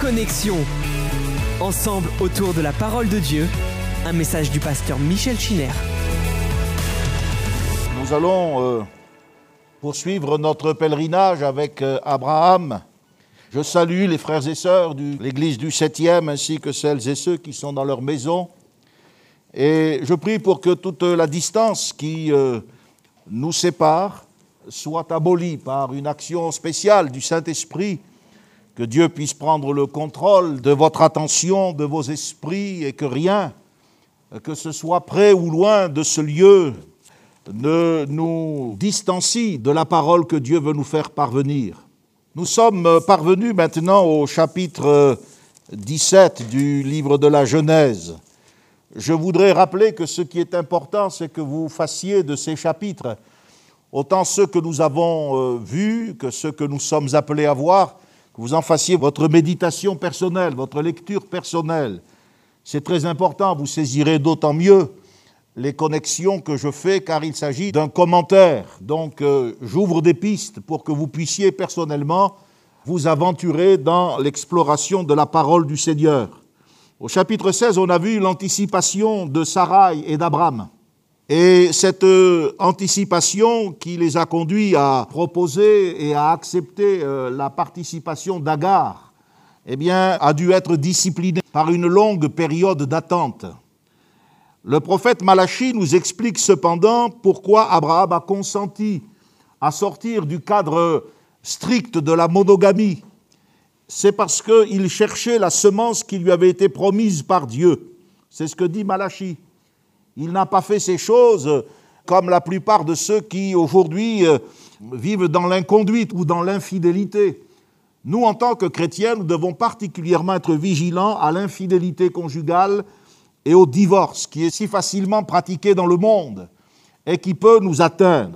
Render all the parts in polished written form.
Connexion. Ensemble autour de la parole de Dieu, un message du pasteur Michel Schinner. Nous allons poursuivre notre pèlerinage avec Abraham. Je salue les frères et sœurs de l'église du 7e ainsi que celles et ceux qui sont dans leur maison. Et je prie pour que toute la distance qui nous sépare soit abolie par une action spéciale du Saint-Esprit, que Dieu puisse prendre le contrôle de votre attention, de vos esprits, et que rien, que ce soit près ou loin de ce lieu, ne nous distancie de la parole que Dieu veut nous faire parvenir. Nous sommes parvenus maintenant au chapitre 17 du livre de la Genèse. Je voudrais rappeler que ce qui est important, c'est que vous fassiez de ces chapitres, autant ceux que nous avons vus que ceux que nous sommes appelés à voir, que vous en fassiez votre méditation personnelle, votre lecture personnelle. C'est très important, vous saisirez d'autant mieux les connexions que je fais, car il s'agit d'un commentaire. Donc, j'ouvre des pistes pour que vous puissiez personnellement vous aventurer dans l'exploration de la parole du Seigneur. Au chapitre 16, on a vu l'anticipation de Sarai et d'Abraham. Et cette anticipation qui les a conduits à proposer et à accepter la participation d'Agar, eh bien, a dû être disciplinée par une longue période d'attente. Le prophète Malachi nous explique cependant pourquoi Abraham a consenti à sortir du cadre strict de la monogamie. C'est parce qu'il cherchait la semence qui lui avait été promise par Dieu. C'est ce que dit Malachi. Il n'a pas fait ces choses comme la plupart de ceux qui aujourd'hui vivent dans l'inconduite ou dans l'infidélité. Nous, en tant que chrétiens, nous devons particulièrement être vigilants à l'infidélité conjugale et au divorce, qui est si facilement pratiqué dans le monde et qui peut nous atteindre.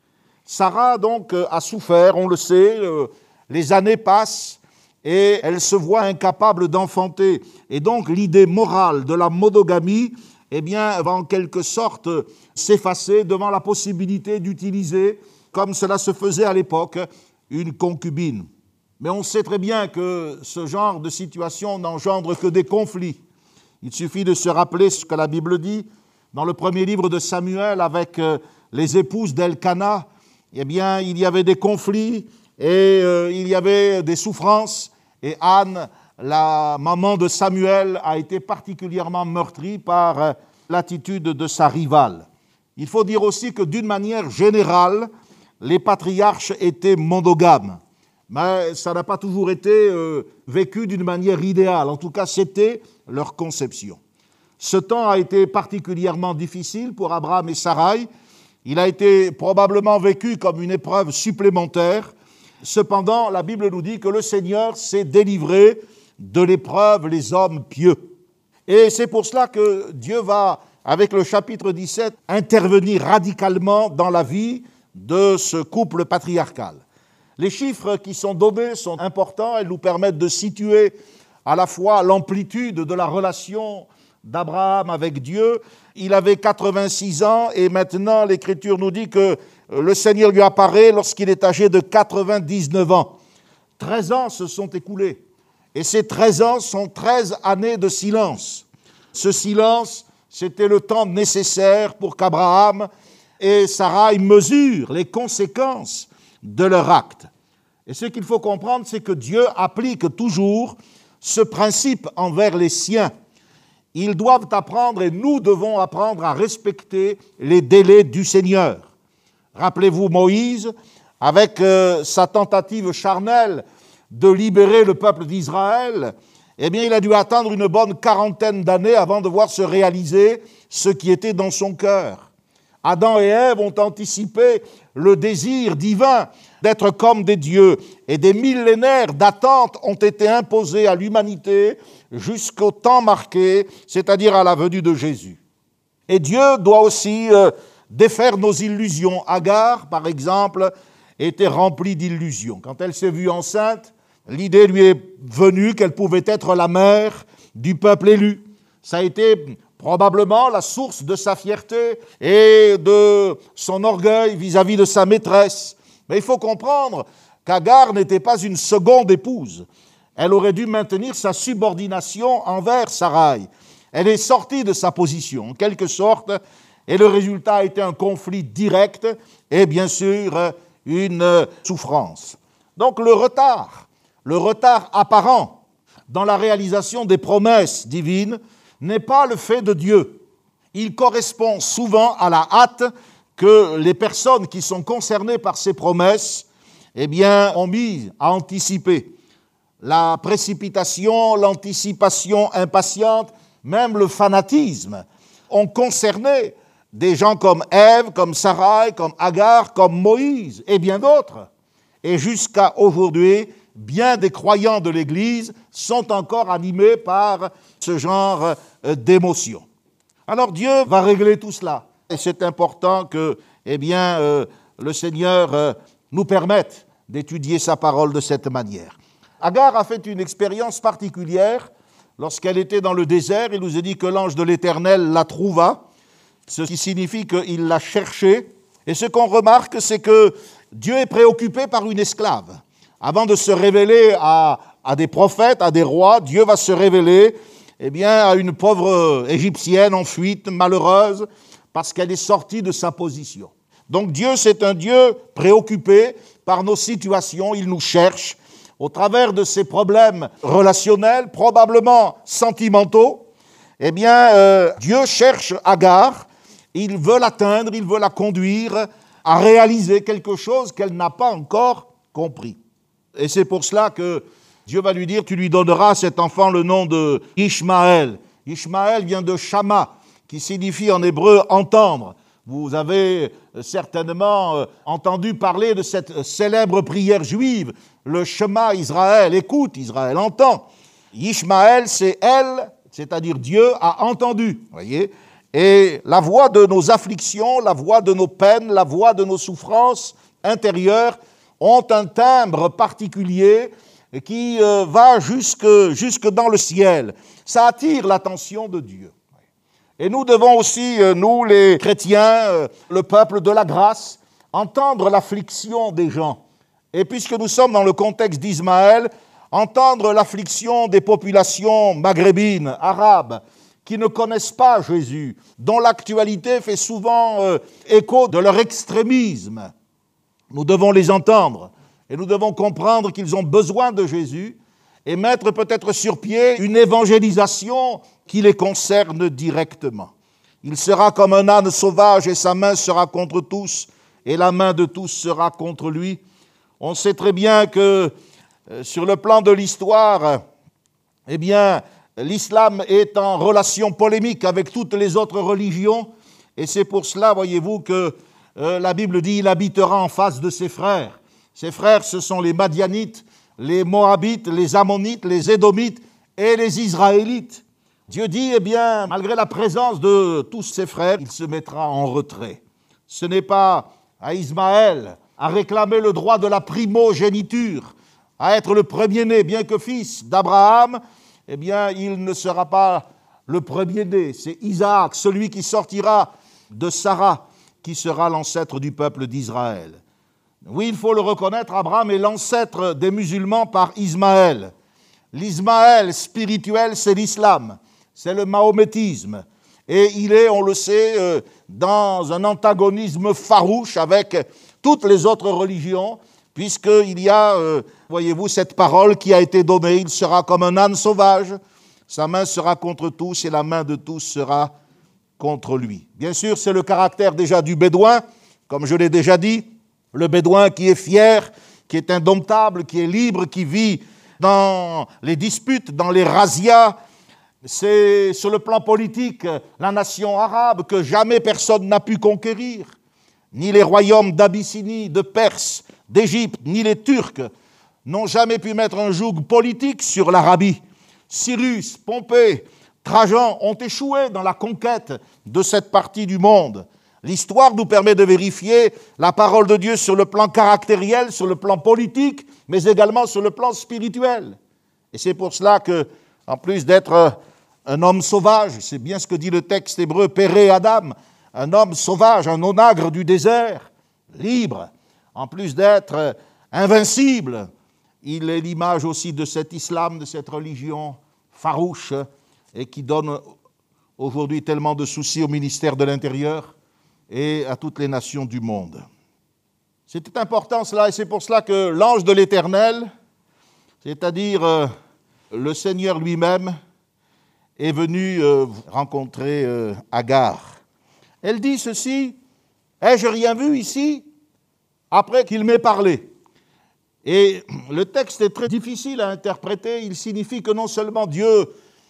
Sarah, donc, a souffert, on le sait, les années passent et elle se voit incapable d'enfanter. Et donc, l'idée morale de la monogamie, eh bien, va en quelque sorte s'effacer devant la possibilité d'utiliser, comme cela se faisait à l'époque, une concubine. Mais on sait très bien que ce genre de situation n'engendre que des conflits. Il suffit de se rappeler ce que la Bible dit dans le premier livre de Samuel avec les épouses d'Elkana. Eh bien, il y avait des conflits et il y avait des souffrances. Et Anne, la maman de Samuel, a été particulièrement meurtrie par l'attitude de sa rivale. Il faut dire aussi que d'une manière générale, les patriarches étaient monogames. Mais ça n'a pas toujours été vécu d'une manière idéale. En tout cas, c'était leur conception. Ce temps a été particulièrement difficile pour Abraham et Sarai. Il a été probablement vécu comme une épreuve supplémentaire. Cependant, la Bible nous dit que le Seigneur s'est délivré de l'épreuve les hommes pieux. Et c'est pour cela que Dieu va, avec le chapitre 17, intervenir radicalement dans la vie de ce couple patriarcal. Les chiffres qui sont donnés sont importants, elles nous permettent de situer à la fois l'amplitude de la relation d'Abraham avec Dieu. Il avait 86 ans et maintenant l'Écriture nous dit que le Seigneur lui apparaît lorsqu'il est âgé de 99 ans. 13 ans se sont écoulés. Et ces 13 ans sont 13 années de silence. Ce silence, c'était le temps nécessaire pour qu'Abraham et Sarai mesurent les conséquences de leur acte. Et ce qu'il faut comprendre, c'est que Dieu applique toujours ce principe envers les siens. Ils doivent apprendre, et nous devons apprendre à respecter les délais du Seigneur. Rappelez-vous Moïse, avec sa tentative charnelle de libérer le peuple d'Israël, eh bien, il a dû attendre une bonne quarantaine d'années avant de voir se réaliser ce qui était dans son cœur. Adam et Ève ont anticipé le désir divin d'être comme des dieux, et des millénaires d'attente ont été imposés à l'humanité jusqu'au temps marqué, c'est-à-dire à la venue de Jésus. Et Dieu doit aussi défaire nos illusions. Agar, par exemple, était remplie d'illusions. Quand elle s'est vue enceinte, l'idée lui est venue qu'elle pouvait être la mère du peuple élu. Ça a été probablement la source de sa fierté et de son orgueil vis-à-vis de sa maîtresse. Mais il faut comprendre qu'Agar n'était pas une seconde épouse. Elle aurait dû maintenir sa subordination envers Sarai. Elle est sortie de sa position, en quelque sorte, et le résultat a été un conflit direct et bien sûr une souffrance. Donc le retard apparent dans la réalisation des promesses divines n'est pas le fait de Dieu. Il correspond souvent à la hâte que les personnes qui sont concernées par ces promesses ont mis à anticiper. La précipitation, l'anticipation impatiente, même le fanatisme ont concerné des gens comme Ève, comme Sarai, comme Agar, comme Moïse et bien d'autres. Et jusqu'à aujourd'hui, bien des croyants de l'Église sont encore animés par ce genre d'émotions. Alors Dieu va régler tout cela. Et c'est important que le Seigneur nous permette d'étudier sa parole de cette manière. Agar a fait une expérience particulière lorsqu'elle était dans le désert. Il nous est dit que l'ange de l'Éternel la trouva, ce qui signifie qu'il l'a cherchée. Et ce qu'on remarque, c'est que Dieu est préoccupé par une esclave. Avant de se révéler à des prophètes, à des rois, Dieu va se révéler à une pauvre Égyptienne en fuite, malheureuse, parce qu'elle est sortie de sa position. Donc Dieu, c'est un Dieu préoccupé par nos situations. Il nous cherche au travers de ces problèmes relationnels, probablement sentimentaux. Dieu cherche Agar. Il veut l'atteindre, il veut la conduire à réaliser quelque chose qu'elle n'a pas encore compris. Et c'est pour cela que Dieu va lui dire, tu lui donneras à cet enfant le nom de Ishmaël. Ishmaël vient de Shama, qui signifie en hébreu entendre. Vous avez certainement entendu parler de cette célèbre prière juive, le Shema Israël, écoute Israël, entends. Ishmaël, c'est elle, c'est-à-dire Dieu a entendu, voyez. Et la voix de nos afflictions, la voix de nos peines, la voix de nos souffrances intérieures ont un timbre particulier qui va jusque dans le ciel. Ça attire l'attention de Dieu. Et nous devons aussi, nous les chrétiens, le peuple de la grâce, entendre l'affliction des gens. Et puisque nous sommes dans le contexte d'Ismaël, entendre l'affliction des populations maghrébines, arabes, qui ne connaissent pas Jésus, dont l'actualité fait souvent écho de leur extrémisme. Nous devons les entendre et nous devons comprendre qu'ils ont besoin de Jésus et mettre peut-être sur pied une évangélisation qui les concerne directement. Il sera comme un âne sauvage et sa main sera contre tous et la main de tous sera contre lui. On sait très bien que sur le plan de l'histoire, l'islam est en relation polémique avec toutes les autres religions et c'est pour cela, voyez-vous, que la Bible dit « il habitera en face de ses frères ». Ses frères, ce sont les Madianites, les Moabites, les Ammonites, les Édomites et les Israélites. Dieu dit, malgré la présence de tous ses frères, il se mettra en retrait. Ce n'est pas à Ismaël à réclamer le droit de la primogéniture, à être le premier-né, bien que fils d'Abraham, il ne sera pas le premier-né. C'est Isaac, celui qui sortira de Sarah, qui sera l'ancêtre du peuple d'Israël. Oui, il faut le reconnaître, Abraham est l'ancêtre des musulmans par Ismaël. L'Ismaël spirituel, c'est l'islam, c'est le mahométisme. Et il est, on le sait, dans un antagonisme farouche avec toutes les autres religions, puisqu'il y a, voyez-vous, cette parole qui a été donnée, il sera comme un âne sauvage, sa main sera contre tous et la main de tous sera contre lui. Bien sûr, c'est le caractère déjà du bédouin, comme je l'ai déjà dit, le bédouin qui est fier, qui est indomptable, qui est libre, qui vit dans les disputes, dans les razzias. C'est sur le plan politique la nation arabe que jamais personne n'a pu conquérir, ni les royaumes d'Abyssinie, de Perse, d'Égypte, ni les Turcs n'ont jamais pu mettre un joug politique sur l'Arabie. Cyrus, Pompée, Trajan ont échoué dans la conquête de cette partie du monde. L'histoire nous permet de vérifier la parole de Dieu sur le plan caractériel, sur le plan politique, mais également sur le plan spirituel. Et c'est pour cela que, en plus d'être un homme sauvage, c'est bien ce que dit le texte hébreu, Péré Adam, un homme sauvage, un onagre du désert, libre, en plus d'être invincible, Il est l'image aussi de cet islam, de cette religion farouche et qui donne aujourd'hui tellement de soucis au ministère de l'Intérieur et à toutes les nations du monde. C'était important cela, et c'est pour cela que l'ange de l'Éternel, c'est-à-dire le Seigneur lui-même, est venu rencontrer Agar. Elle dit ceci: « Ai-je rien vu ici après qu'il m'ait parlé ?» Et le texte est très difficile à interpréter. Il signifie que non seulement Dieu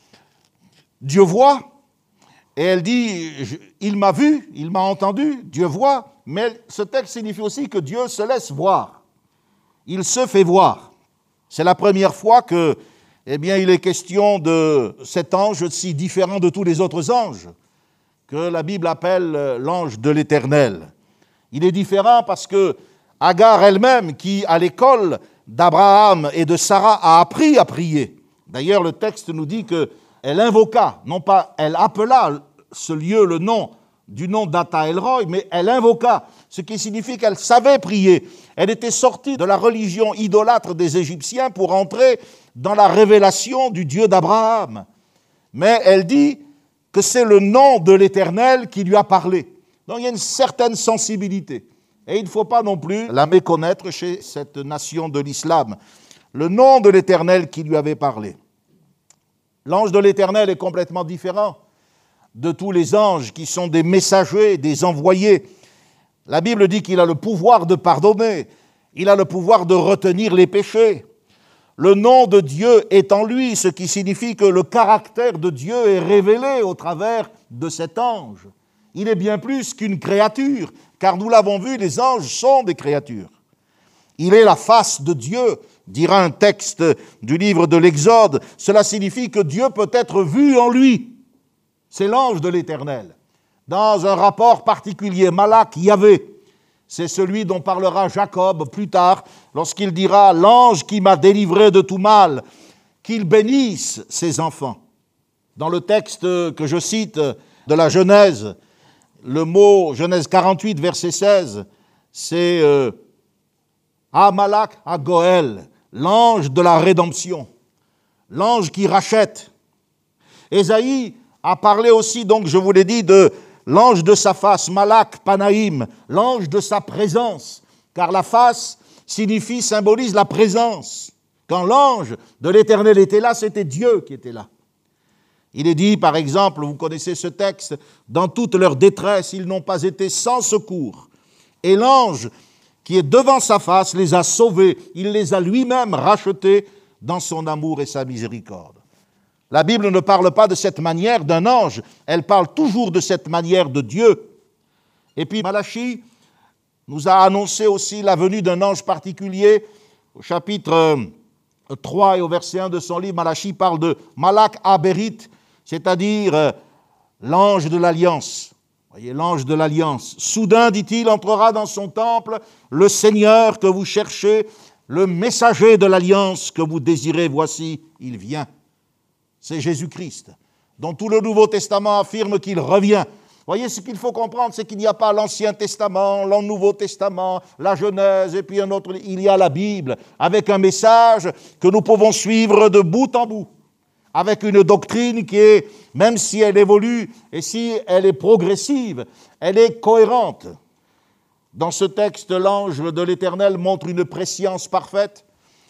voit, et elle dit « il m'a vu, il m'a entendu, Dieu voit », mais ce texte signifie aussi que Dieu se laisse voir. Il se fait voir. C'est la première fois que, il est question de cet ange si différent de tous les autres anges, que la Bible appelle l'ange de l'Éternel. Il est différent parce que Agar elle-même, qui à l'école d'Abraham et de Sarah a appris à prier. D'ailleurs, le texte nous dit qu'elle invoqua, non pas elle appela ce lieu le nom du nom d'Ata El-Roi, mais elle invoqua, ce qui signifie qu'elle savait prier. Elle était sortie de la religion idolâtre des Égyptiens pour entrer dans la révélation du Dieu d'Abraham. Mais elle dit que c'est le nom de l'Éternel qui lui a parlé. Donc il y a une certaine sensibilité. Et il ne faut pas non plus la méconnaître chez cette nation de l'islam. Le nom de l'Éternel qui lui avait parlé. L'ange de l'Éternel est complètement différent de tous les anges qui sont des messagers, des envoyés. La Bible dit qu'il a le pouvoir de pardonner, il a le pouvoir de retenir les péchés. Le nom de Dieu est en lui, ce qui signifie que le caractère de Dieu est révélé au travers de cet ange. Il est bien plus qu'une créature, car nous l'avons vu, les anges sont des créatures. Il est la face de Dieu, dira un texte du livre de l'Exode. Cela signifie que Dieu peut être vu en lui. C'est l'ange de l'Éternel. Dans un rapport particulier, Malak, Yahvé, c'est celui dont parlera Jacob plus tard, lorsqu'il dira « L'ange qui m'a délivré de tout mal, qu'il bénisse ses enfants ». Dans le texte que je cite de la Genèse, le mot Genèse 48, verset 16, c'est Amalak Agoel, l'ange de la rédemption, l'ange qui rachète. Ésaïe a parlé aussi, donc je vous l'ai dit, de l'ange de sa face, Malak Panaïm, l'ange de sa présence, car la face symbolise la présence. Quand l'ange de l'Éternel était là, c'était Dieu qui était là. Il est dit, par exemple, vous connaissez ce texte, « Dans toute leur détresse, ils n'ont pas été sans secours. Et l'ange qui est devant sa face les a sauvés, il les a lui-même rachetés dans son amour et sa miséricorde. » La Bible ne parle pas de cette manière d'un ange, elle parle toujours de cette manière de Dieu. Et puis Malachie nous a annoncé aussi la venue d'un ange particulier. Au chapitre 3 et au verset 1 de son livre, Malachie parle de Malak Aberit, c'est-à-dire l'ange de l'Alliance. Voyez, l'ange de l'Alliance. Soudain, dit-il, entrera dans son temple le Seigneur que vous cherchez, le messager de l'Alliance que vous désirez, voici, il vient. C'est Jésus-Christ, dont tout le Nouveau Testament affirme qu'il revient. Voyez, ce qu'il faut comprendre, c'est qu'il n'y a pas l'Ancien Testament, le Nouveau Testament, la Genèse, et puis un autre. Il y a la Bible, avec un message que nous pouvons suivre de bout en bout, avec une doctrine qui est, même si elle évolue et si elle est progressive, elle est cohérente. Dans ce texte, l'ange de l'Éternel montre une prescience parfaite.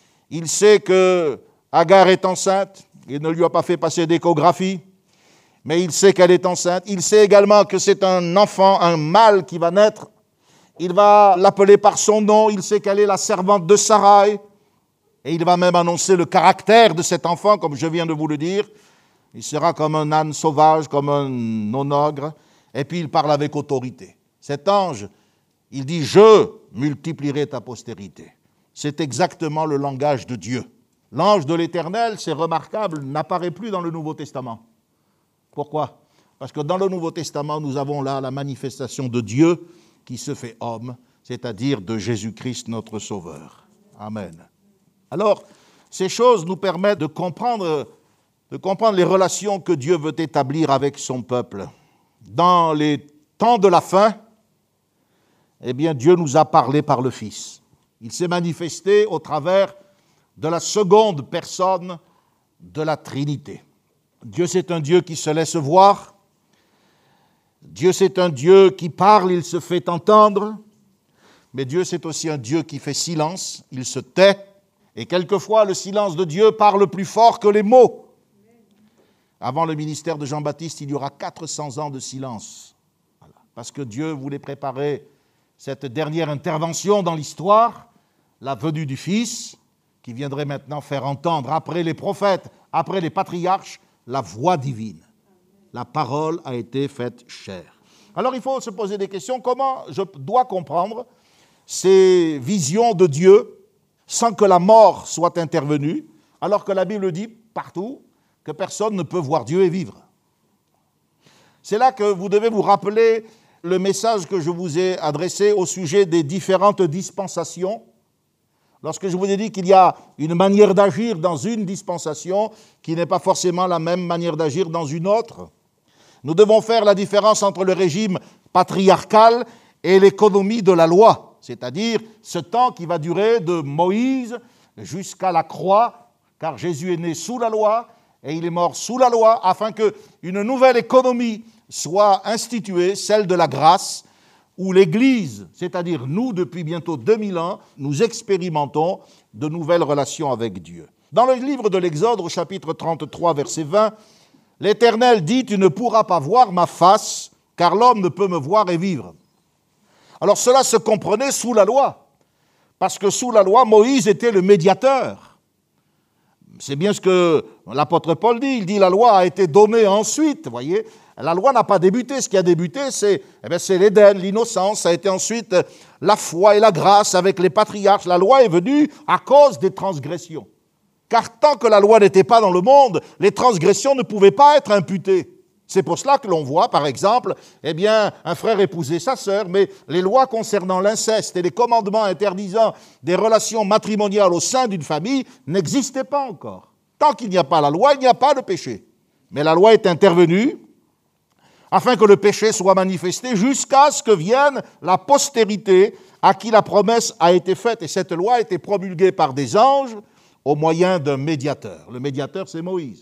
Il sait que Agar est enceinte. Il ne lui a pas fait passer d'échographie, mais il sait qu'elle est enceinte. Il sait également que c'est un enfant, un mâle qui va naître. Il va l'appeler par son nom. Il sait qu'elle est la servante de Sarai. Et il va même annoncer le caractère de cet enfant, comme je viens de vous le dire. Il sera comme un âne sauvage, comme un onogre. Et puis il parle avec autorité. Cet ange, il dit « Je multiplierai ta postérité ». C'est exactement le langage de Dieu. L'ange de l'Éternel, c'est remarquable, n'apparaît plus dans le Nouveau Testament. Pourquoi ? Parce que dans le Nouveau Testament, nous avons là la manifestation de Dieu qui se fait homme, c'est-à-dire de Jésus-Christ, notre Sauveur. Amen. Alors, ces choses nous permettent de comprendre les relations que Dieu veut établir avec son peuple. Dans les temps de la fin, eh bien, Dieu nous a parlé par le Fils. Il s'est manifesté au travers de la seconde personne de la Trinité. Dieu, c'est un Dieu qui se laisse voir. Dieu, c'est un Dieu qui parle, il se fait entendre. Mais Dieu, c'est aussi un Dieu qui fait silence, il se tait. Et quelquefois, le silence de Dieu parle plus fort que les mots. Avant le ministère de Jean-Baptiste, il y aura 400 ans de silence. Voilà. Parce que Dieu voulait préparer cette dernière intervention dans l'histoire, la venue du Fils, qui viendrait maintenant faire entendre, après les prophètes, après les patriarches, la voix divine. La parole a été faite chair. Alors il faut se poser des questions. Comment je dois comprendre ces visions de Dieu sans que la mort soit intervenue, alors que la Bible dit partout que personne ne peut voir Dieu et vivre. C'est là que vous devez vous rappeler le message que je vous ai adressé au sujet des différentes dispensations. Lorsque je vous ai dit qu'il y a une manière d'agir dans une dispensation qui n'est pas forcément la même manière d'agir dans une autre. Nous devons faire la différence entre le régime patriarcal et l'économie de la loi, c'est-à-dire ce temps qui va durer de Moïse jusqu'à la croix, car Jésus est né sous la loi et il est mort sous la loi, afin qu'une nouvelle économie soit instituée, celle de la grâce, où l'Église, c'est-à-dire nous, depuis bientôt 2000 ans, nous expérimentons de nouvelles relations avec Dieu. Dans le livre de l'Exode, au chapitre 33, verset 20, l'Éternel dit « Tu ne pourras pas voir ma face, car l'homme ne peut me voir et vivre. » Alors cela se comprenait sous la loi, parce que sous la loi, Moïse était le médiateur. C'est bien ce que l'apôtre Paul dit, il dit « La loi a été donnée ensuite », vous voyez. La loi n'a pas débuté, ce qui a débuté, c'est l'Éden, l'innocence, ça a été ensuite la foi et la grâce avec les patriarches. La loi est venue à cause des transgressions. Car tant que la loi n'était pas dans le monde, les transgressions ne pouvaient pas être imputées. C'est pour cela que l'on voit, par exemple, un frère épouser sa sœur, mais les lois concernant l'inceste et les commandements interdisant des relations matrimoniales au sein d'une famille n'existaient pas encore. Tant qu'il n'y a pas la loi, il n'y a pas de péché. Mais la loi est intervenue afin que le péché soit manifesté jusqu'à ce que vienne la postérité à qui la promesse a été faite. Et cette loi a été promulguée par des anges au moyen d'un médiateur. Le médiateur, c'est Moïse.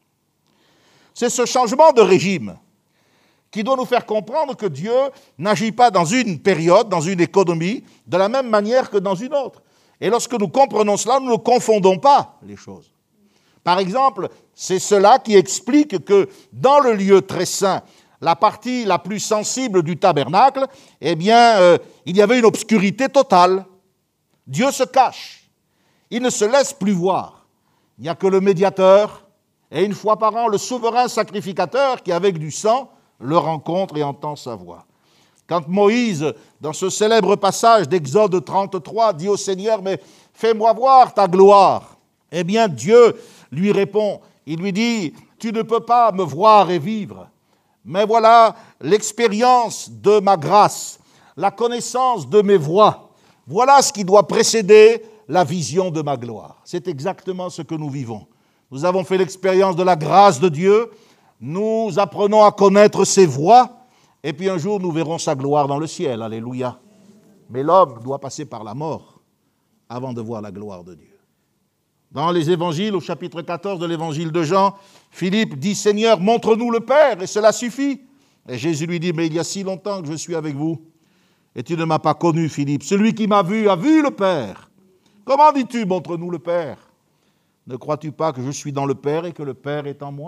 C'est ce changement de régime qui doit nous faire comprendre que Dieu n'agit pas dans une période, dans une économie, de la même manière que dans une autre. Et lorsque nous comprenons cela, nous ne confondons pas les choses. Par exemple, c'est cela qui explique que dans le lieu très saint, la partie la plus sensible du tabernacle, il y avait une obscurité totale. Dieu se cache. Il ne se laisse plus voir. Il n'y a que le médiateur et une fois par an, le souverain sacrificateur qui, avec du sang, le rencontre et entend sa voix. Quand Moïse, dans ce célèbre passage d'Exode 33, dit au Seigneur « Mais fais-moi voir ta gloire », Dieu lui répond, il lui dit « Tu ne peux pas me voir et vivre, mais voilà l'expérience de ma grâce, la connaissance de mes voies. Voilà ce qui doit précéder la vision de ma gloire. » C'est exactement ce que nous vivons. Nous avons fait l'expérience de la grâce de Dieu, nous apprenons à connaître ses voies, et puis un jour nous verrons sa gloire dans le ciel. Alléluia. Mais l'homme doit passer par la mort avant de voir la gloire de Dieu. Dans les évangiles, au chapitre 14 de l'évangile de Jean, Philippe dit « Seigneur, montre-nous le Père, et cela suffit. » Et Jésus lui dit « Mais il y a si longtemps que je suis avec vous, et tu ne m'as pas connu, Philippe. Celui qui m'a vu a vu le Père. Comment dis-tu, montre-nous le Père? Ne crois-tu pas que je suis dans le Père et que le Père est en moi ?»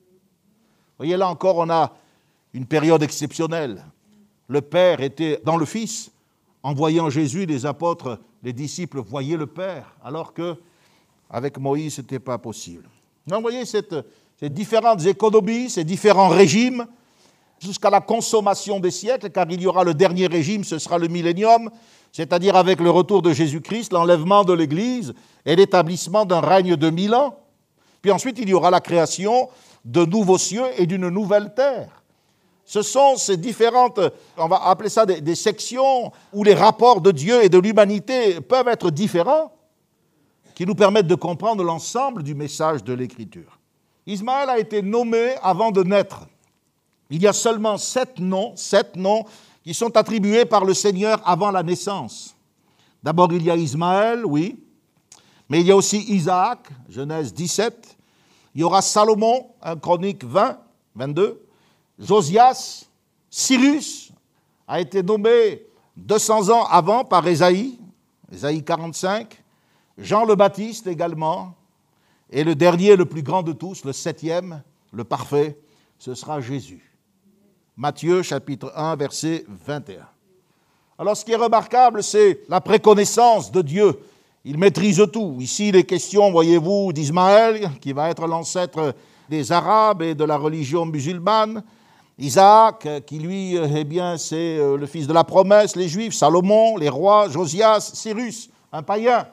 Vous voyez, là encore, on a une période exceptionnelle. Le Père était dans le Fils. En voyant Jésus, les apôtres, les disciples voyaient le Père, alors qu'avec Moïse, ce n'était pas possible. Donc, vous voyez, ces différentes économies, ces différents régimes, jusqu'à la consommation des siècles, car il y aura le dernier régime, ce sera le millénium, c'est-à-dire avec le retour de Jésus-Christ, l'enlèvement de l'Église et l'établissement d'un règne de 1000 ans. Puis ensuite, il y aura la création de nouveaux cieux et d'une nouvelle terre. Ce sont ces différentes, on va appeler ça des sections, où les rapports de Dieu et de l'humanité peuvent être différents, qui nous permettent de comprendre l'ensemble du message de l'Écriture. Ismaël a été nommé avant de naître. Il y a seulement 7 noms qui sont attribués par le Seigneur avant la naissance. D'abord, il y a Ismaël, oui, Mais il y a aussi Isaac, Genèse 17. Il y aura Salomon, 1 Chronique 20, 22. Josias, Cyrus a été nommé 200 ans avant par Ésaïe, Ésaïe 45. Jean le Baptiste également. Et le dernier, le plus grand de tous, le septième, le parfait, ce sera Jésus. Matthieu chapitre 1, verset 21. Alors ce qui est remarquable, c'est la préconnaissance de Dieu. Il maîtrise tout. Ici, il est question, voyez-vous, d'Ismaël, qui va être l'ancêtre des Arabes et de la religion musulmane. Isaac, qui lui, eh bien, c'est le fils de la promesse, les Juifs. Salomon, les rois, Josias, Cyrus, un païen.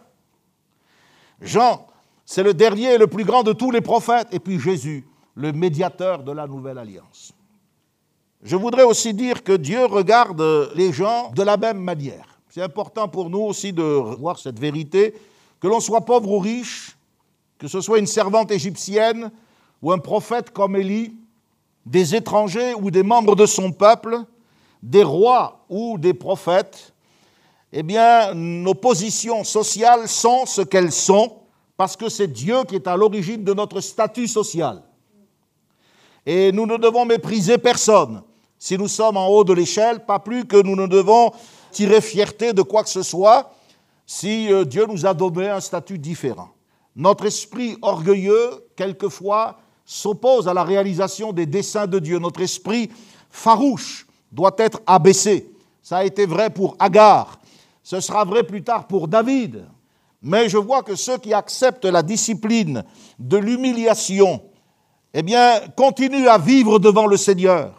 Jean, c'est le dernier et le plus grand de tous les prophètes. Et puis Jésus, le médiateur de la nouvelle alliance. Je voudrais aussi dire que Dieu regarde les gens de la même manière. C'est important pour nous aussi de voir cette vérité, que l'on soit pauvre ou riche, que ce soit une servante égyptienne ou un prophète comme Élie, des étrangers ou des membres de son peuple, des rois ou des prophètes, eh bien, nos positions sociales sont ce qu'elles sont parce que c'est Dieu qui est à l'origine de notre statut social. Et nous ne devons mépriser personne. Si nous sommes en haut de l'échelle, pas plus que nous ne devons tirer fierté de quoi que ce soit si Dieu nous a donné un statut différent. Notre esprit orgueilleux, quelquefois, s'oppose à la réalisation des desseins de Dieu. Notre esprit farouche doit être abaissé. Ça a été vrai pour Agar. Ce sera vrai plus tard pour David. Mais je vois que ceux qui acceptent la discipline de l'humiliation, eh bien, continuent à vivre devant le Seigneur.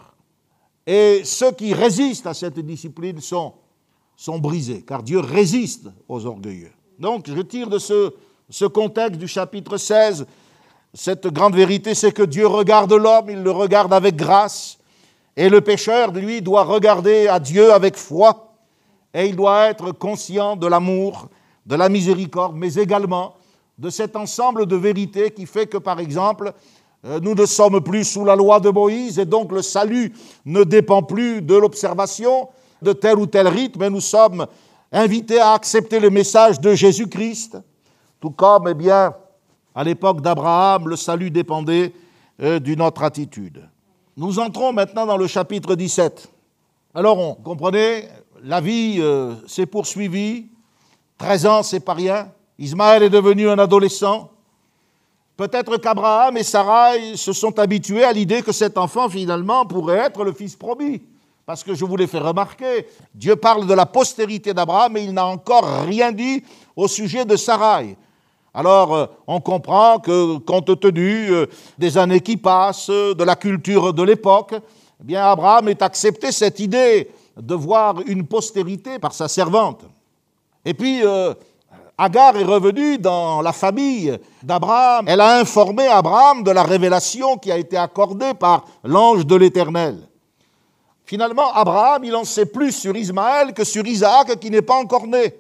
Et ceux qui résistent à cette discipline sont brisés, car Dieu résiste aux orgueilleux. Donc, je tire de ce contexte du chapitre 16, cette grande vérité, c'est que Dieu regarde l'homme, il le regarde avec grâce, et le pécheur, lui, doit regarder à Dieu avec foi, et il doit être conscient de l'amour, de la miséricorde, mais également de cet ensemble de vérités qui fait que, par exemple, nous ne sommes plus sous la loi de Moïse, et donc le salut ne dépend plus de l'observation de tel ou tel rite, mais nous sommes invités à accepter le message de Jésus-Christ, tout comme, eh bien, à l'époque d'Abraham, le salut dépendait d'une autre attitude. Nous entrons maintenant dans le chapitre 17. Alors, on comprenez, la vie s'est poursuivie, 13 ans, c'est pas rien. Ismaël est devenu un adolescent. Peut-être qu'Abraham et Sarai se sont habitués à l'idée que cet enfant, finalement, pourrait être le fils promis. Parce que je vous l'ai fait remarquer, Dieu parle de la postérité d'Abraham, mais il n'a encore rien dit au sujet de Sarai. Alors, on comprend que, compte tenu des années qui passent, de la culture de l'époque, eh bien, Abraham ait accepté cette idée de voir une postérité par sa servante. Et puis, Agar est revenue dans la famille d'Abraham. Elle a informé Abraham de la révélation qui a été accordée par l'ange de l'Éternel. Finalement, Abraham, il en sait plus sur Ismaël que sur Isaac qui n'est pas encore né.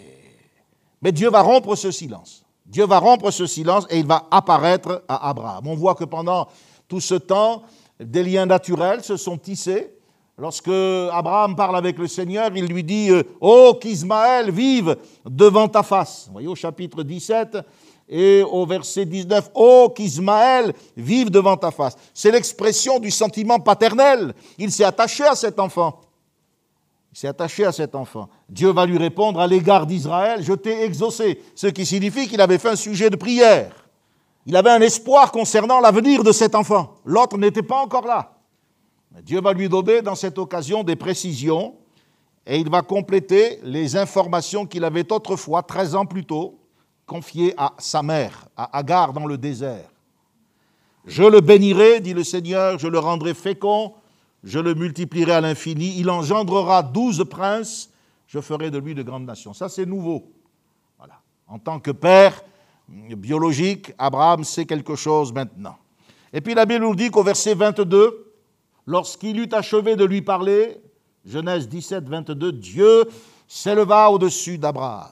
Mais Dieu va rompre ce silence. Dieu va rompre ce silence et il va apparaître à Abraham. On voit que pendant tout ce temps, des liens naturels se sont tissés. Lorsque Abraham parle avec le Seigneur, il lui dit « Oh, qu'Ismaël vive devant ta face ». Vous voyez au chapitre 17 et au verset 19 « Oh, qu'Ismaël vive devant ta face ». C'est l'expression du sentiment paternel. Il s'est attaché à cet enfant. Il s'est attaché à cet enfant. Dieu va lui répondre à l'égard d'Israël « Je t'ai exaucé », ce qui signifie qu'il avait fait un sujet de prière. Il avait un espoir concernant l'avenir de cet enfant. L'autre n'était pas encore là. Dieu va lui donner dans cette occasion des précisions et il va compléter les informations qu'il avait autrefois, 13 ans plus tôt, confiées à sa mère, à Agar dans le désert. « Je le bénirai, dit le Seigneur, je le rendrai fécond, je le multiplierai à l'infini, il engendrera 12 princes, je ferai de lui de grandes nations. » Ça, c'est nouveau. Voilà. En tant que père biologique, Abraham sait quelque chose maintenant. Et puis la Bible nous dit qu'au verset 22, lorsqu'il eut achevé de lui parler, Genèse 17, 22, Dieu s'éleva au-dessus d'Abraham.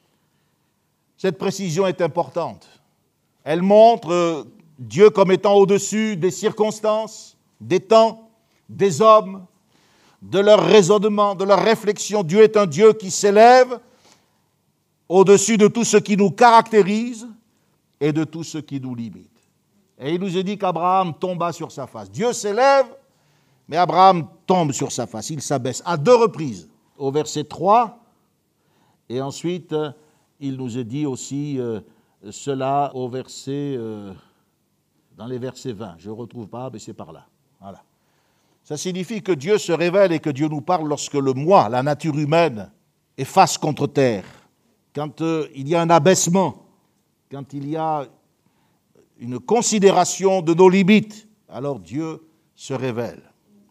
Cette précision est importante. Elle montre Dieu comme étant au-dessus des circonstances, des temps, des hommes, de leur raisonnement, de leur réflexion. Dieu est un Dieu qui s'élève au-dessus de tout ce qui nous caractérise et de tout ce qui nous limite. Et il nous est dit qu'Abraham tomba sur sa face. Dieu s'élève, mais Abraham tombe sur sa face, il s'abaisse à 2 reprises, au verset 3, et ensuite il nous est dit aussi cela au verset, dans les versets 20, je ne retrouve pas, mais c'est par là. Voilà. Ça signifie que Dieu se révèle et que Dieu nous parle lorsque le moi, la nature humaine, est face contre terre, quand il y a un abaissement, quand il y a une considération de nos limites, alors Dieu se révèle.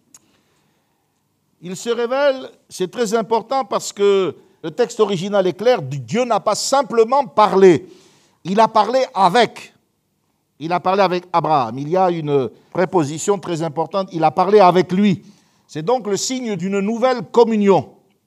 Il se révèle, c'est très important parce que le texte original est clair, Dieu n'a pas simplement parlé, il a parlé avec. Il a parlé avec Abraham. Il y a une préposition très importante, il a parlé avec lui. C'est donc le signe d'une nouvelle communion.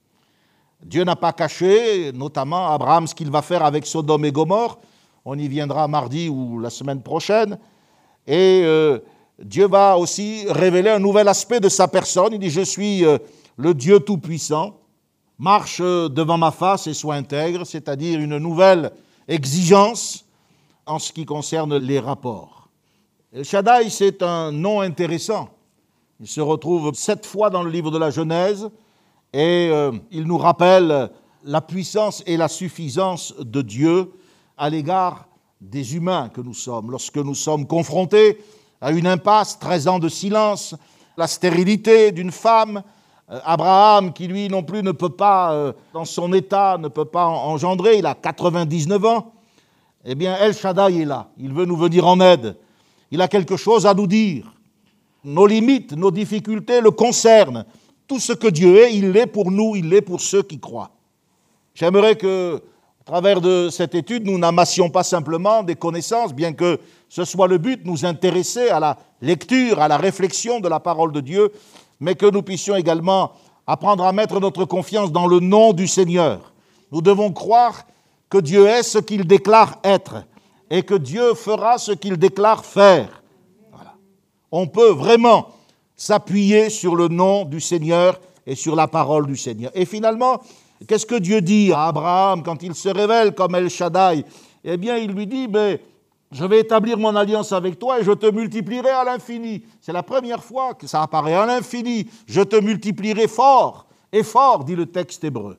Dieu n'a pas caché, notamment Abraham, ce qu'il va faire avec Sodome et Gomorrhe. On y viendra mardi ou la semaine prochaine. Et Dieu va aussi révéler un nouvel aspect de sa personne. Il dit « Je suis le Dieu Tout-Puissant. Marche devant ma face et sois intègre », c'est-à-dire une nouvelle exigence en ce qui concerne les rapports. El Shaddai, c'est un nom intéressant. Il se retrouve 7 fois dans le livre de la Genèse et il nous rappelle la puissance et la suffisance de Dieu à l'égard des humains que nous sommes. Lorsque nous sommes confrontés à une impasse, 13 ans de silence, la stérilité d'une femme, Abraham qui lui non plus ne peut pas, dans son état, ne peut pas engendrer, il a 99 ans, eh bien El Shaddai est là, il veut nous venir en aide, il a quelque chose à nous dire. Nos limites, nos difficultés le concernent. Tout ce que Dieu est, il l'est pour nous, il l'est pour ceux qui croient. J'aimerais que, à travers de cette étude, nous n'amassions pas simplement des connaissances, bien que ce soit le but, nous intéresser à la lecture, à la réflexion de la parole de Dieu, mais que nous puissions également apprendre à mettre notre confiance dans le nom du Seigneur. Nous devons croire que Dieu est ce qu'il déclare être et que Dieu fera ce qu'il déclare faire. Voilà. On peut vraiment s'appuyer sur le nom du Seigneur et sur la parole du Seigneur. Et finalement, qu'est-ce que Dieu dit à Abraham quand il se révèle comme El Shaddai? Eh bien, il lui dit, mais je vais établir mon alliance avec toi et je te multiplierai à l'infini. C'est la première fois que ça apparaît à l'infini. Je te multiplierai fort, et fort, dit le texte hébreu.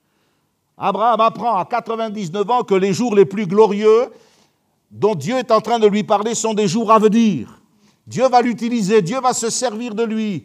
Abraham apprend à 99 ans que les jours les plus glorieux dont Dieu est en train de lui parler sont des jours à venir. Dieu va l'utiliser, Dieu va se servir de lui.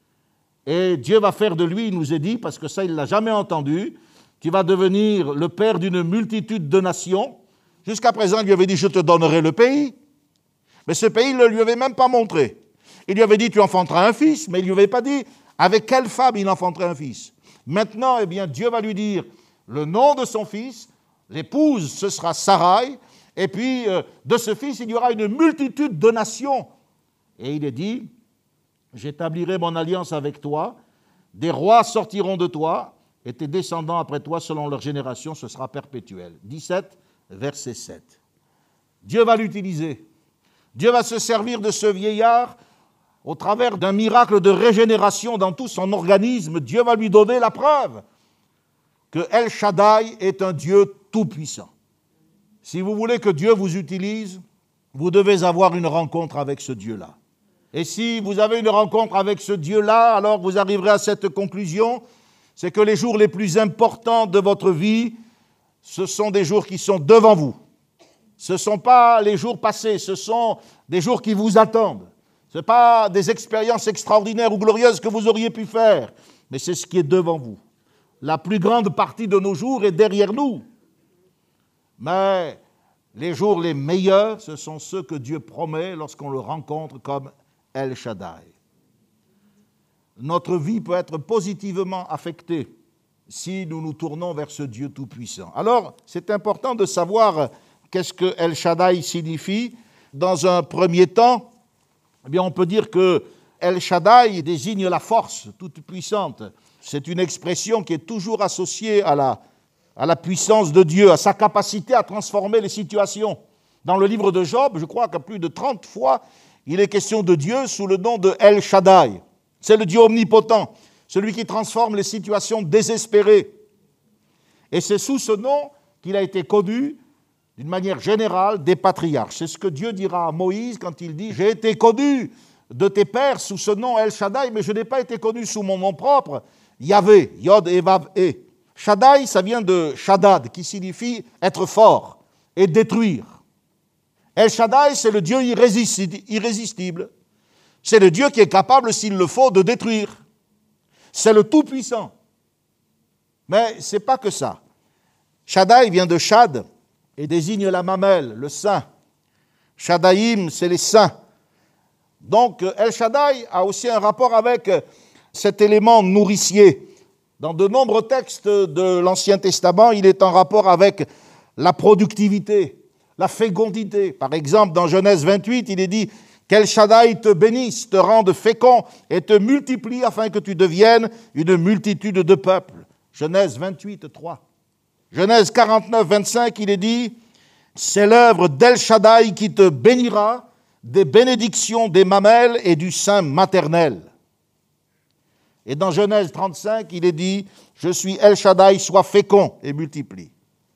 Et Dieu va faire de lui, il nous est dit, parce que ça il ne l'a jamais entendu, tu vas devenir le père d'une multitude de nations. Jusqu'à présent, il lui avait dit, je te donnerai le pays. Mais ce pays, il ne lui avait même pas montré. Il lui avait dit, tu enfanteras un fils, mais il ne lui avait pas dit avec quelle femme il enfanterait un fils. Maintenant, eh bien, Dieu va lui dire le nom de son fils, l'épouse, ce sera Sarai, et puis de ce fils, il y aura une multitude de nations. Et il est dit, j'établirai mon alliance avec toi, des rois sortiront de toi, et tes descendants après toi, selon leur génération, ce sera perpétuel. 17, verset 7. Dieu va l'utiliser. Dieu va se servir de ce vieillard au travers d'un miracle de régénération dans tout son organisme. Dieu va lui donner la preuve que El Shaddai est un Dieu tout-puissant. Si vous voulez que Dieu vous utilise, vous devez avoir une rencontre avec ce Dieu-là. Et si vous avez une rencontre avec ce Dieu-là, alors vous arriverez à cette conclusion, c'est que les jours les plus importants de votre vie, ce sont des jours qui sont devant vous. Ce ne sont pas les jours passés, ce sont des jours qui vous attendent. Ce n'est pas des expériences extraordinaires ou glorieuses que vous auriez pu faire, mais c'est ce qui est devant vous. La plus grande partie de nos jours est derrière nous. Mais les jours les meilleurs, ce sont ceux que Dieu promet lorsqu'on le rencontre comme El Shaddai. Notre vie peut être positivement affectée si nous nous tournons vers ce Dieu tout-puissant. Alors, c'est important de savoir qu'est-ce que El Shaddai signifie. Dans un premier temps, eh bien, on peut dire que El Shaddai désigne la force toute puissante. C'est une expression qui est toujours associée à la puissance de Dieu, à sa capacité à transformer les situations. Dans le livre de Job, je crois qu'à plus de 30 fois, il est question de Dieu sous le nom de El Shaddai. C'est le Dieu omnipotent, celui qui transforme les situations désespérées. Et c'est sous ce nom qu'il a été connu d'une manière générale des patriarches. C'est ce que Dieu dira à Moïse quand il dit « J'ai été connu de tes pères sous ce nom El Shaddai, mais je n'ai pas été connu sous mon nom propre, Yahvé, Yod et Vav et. » Shaddai, ça vient de Shaddad, qui signifie être fort et détruire. El Shaddai, c'est le Dieu irrésistible. C'est le Dieu qui est capable, s'il le faut, de détruire. C'est le Tout-Puissant. Mais ce n'est pas que ça. Shaddai vient de Shad et désigne la mamelle, le sein. Shaddaïm, c'est les seins. Donc, El Shaddai a aussi un rapport avec cet élément nourricier. Dans de nombreux textes de l'Ancien Testament, il est en rapport avec la productivité, la fécondité. Par exemple, dans Genèse 28, il est dit « Qu'El Shaddai te bénisse, te rende fécond et te multiplie afin que tu deviennes une multitude de peuples. » Genèse 28, 3. Genèse 49, 25, il est dit « C'est l'œuvre d'El Shaddai qui te bénira des bénédictions des mamelles et du sein maternel. » Et dans Genèse 35, il est dit « Je suis El Shaddai, sois fécond et multiplie. »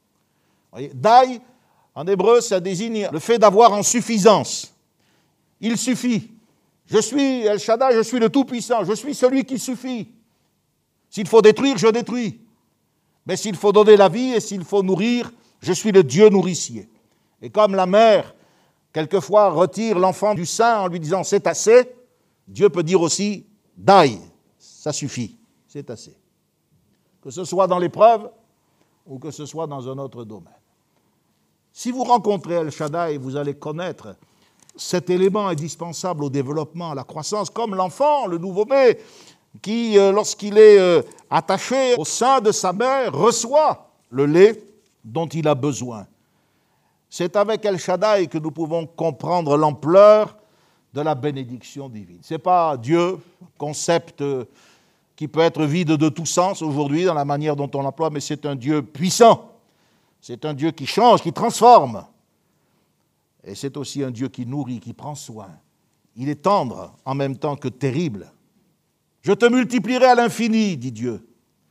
Dai, en hébreu, ça désigne le fait d'avoir en suffisance. Il suffit. Je suis El Shaddai, je suis le Tout-Puissant, je suis celui qui suffit. S'il faut détruire, je détruis. Mais s'il faut donner la vie et s'il faut nourrir, je suis le Dieu nourricier. Et comme la mère, quelquefois, retire l'enfant du sein en lui disant « c'est assez », Dieu peut dire aussi « Dai ». Ça suffit, c'est assez. Que ce soit dans l'épreuve ou que ce soit dans un autre domaine. Si vous rencontrez El Shaddai, vous allez connaître cet élément indispensable au développement, à la croissance, comme l'enfant, le nouveau-né, qui, lorsqu'il est attaché au sein de sa mère, reçoit le lait dont il a besoin. C'est avec El Shaddai que nous pouvons comprendre l'ampleur de la bénédiction divine. Ce n'est pas Dieu, concept qui peut être vide de tout sens aujourd'hui dans la manière dont on l'emploie, mais c'est un Dieu puissant. C'est un Dieu qui change, qui transforme. Et c'est aussi un Dieu qui nourrit, qui prend soin. Il est tendre en même temps que terrible. Je te multiplierai à l'infini, dit Dieu.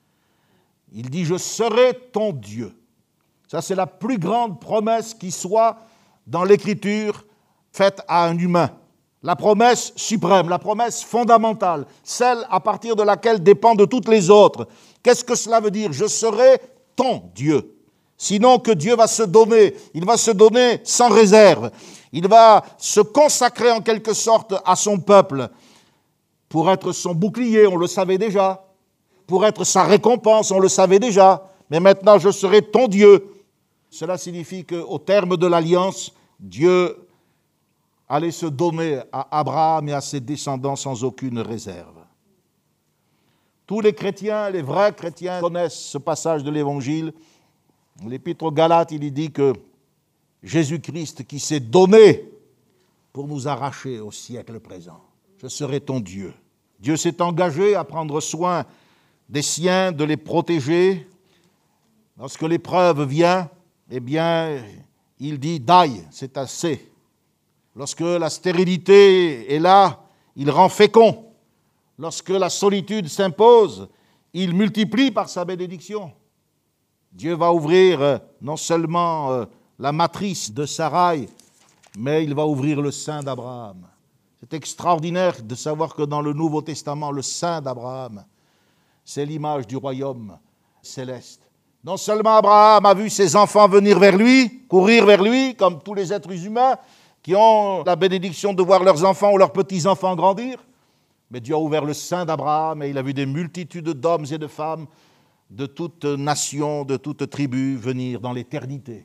Il dit, je serai ton Dieu. Ça, c'est la plus grande promesse qui soit dans l'Écriture faite à un humain. La promesse suprême, la promesse fondamentale, celle à partir de laquelle dépendent toutes les autres. Qu'est-ce que cela veut dire? Je serai ton Dieu. Sinon que Dieu va se donner, il va se donner sans réserve. Il va se consacrer en quelque sorte à son peuple pour être son bouclier, on le savait déjà. Pour être sa récompense, on le savait déjà. Mais maintenant, je serai ton Dieu. Cela signifie qu'au terme de l'alliance, Dieu allait se donner à Abraham et à ses descendants sans aucune réserve. Tous les chrétiens, les vrais chrétiens, connaissent ce passage de l'Évangile. L'Épître aux Galates, il y dit que Jésus-Christ qui s'est donné pour nous arracher au siècle présent. Je serai ton Dieu. Dieu s'est engagé à prendre soin des siens, de les protéger. Lorsque l'épreuve vient, eh bien, il dit « Dai », c'est assez. Lorsque la stérilité est là, il rend fécond. Lorsque la solitude s'impose, il multiplie par sa bénédiction. Dieu va ouvrir non seulement la matrice de Sarai, mais il va ouvrir le sein d'Abraham. C'est extraordinaire de savoir que dans le Nouveau Testament, le sein d'Abraham, c'est l'image du royaume céleste. Non seulement Abraham a vu ses enfants venir vers lui, courir vers lui, comme tous les êtres humains, qui ont la bénédiction de voir leurs enfants ou leurs petits-enfants grandir, mais Dieu a ouvert le sein d'Abraham et il a vu des multitudes d'hommes et de femmes de toute nation, de toute tribu venir dans l'éternité,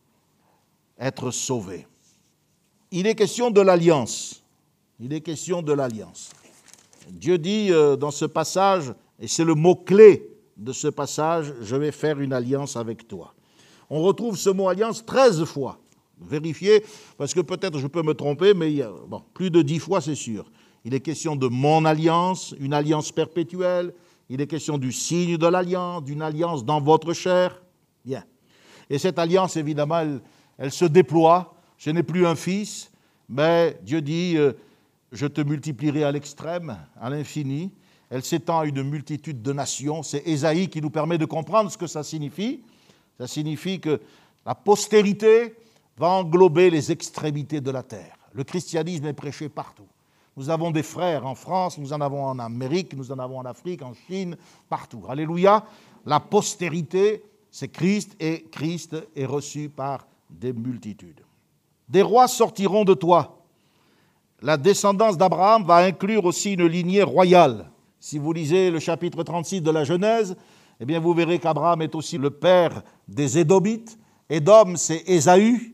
être sauvés. Il est question de l'alliance. Il est question de l'alliance. Dieu dit dans ce passage, et c'est le mot-clé de ce passage, « Je vais faire une alliance avec toi ». On retrouve ce mot « alliance » 13 fois. Vérifiez, parce que peut-être je peux me tromper, mais il y a, plus de 10 fois, c'est sûr. Il est question de mon alliance, une alliance perpétuelle. Il est question du signe de l'alliance, d'une alliance dans votre chair. Bien. Et cette alliance, évidemment, elle se déploie. Ce n'est plus un fils, mais Dieu dit, je te multiplierai à l'extrême, à l'infini. Elle s'étend à une multitude de nations. C'est Ésaïe qui nous permet de comprendre ce que ça signifie. Ça signifie que la postérité va englober les extrémités de la terre. Le christianisme est prêché partout. Nous avons des frères en France, nous en avons en Amérique, nous en avons en Afrique, en Chine, partout. Alléluia. La postérité, c'est Christ, et Christ est reçu par des multitudes. Des rois sortiront de toi. La descendance d'Abraham va inclure aussi une lignée royale. Si vous lisez le chapitre 36 de la Genèse, eh bien vous verrez qu'Abraham est aussi le père des Édomites. Édom, c'est Ésaü.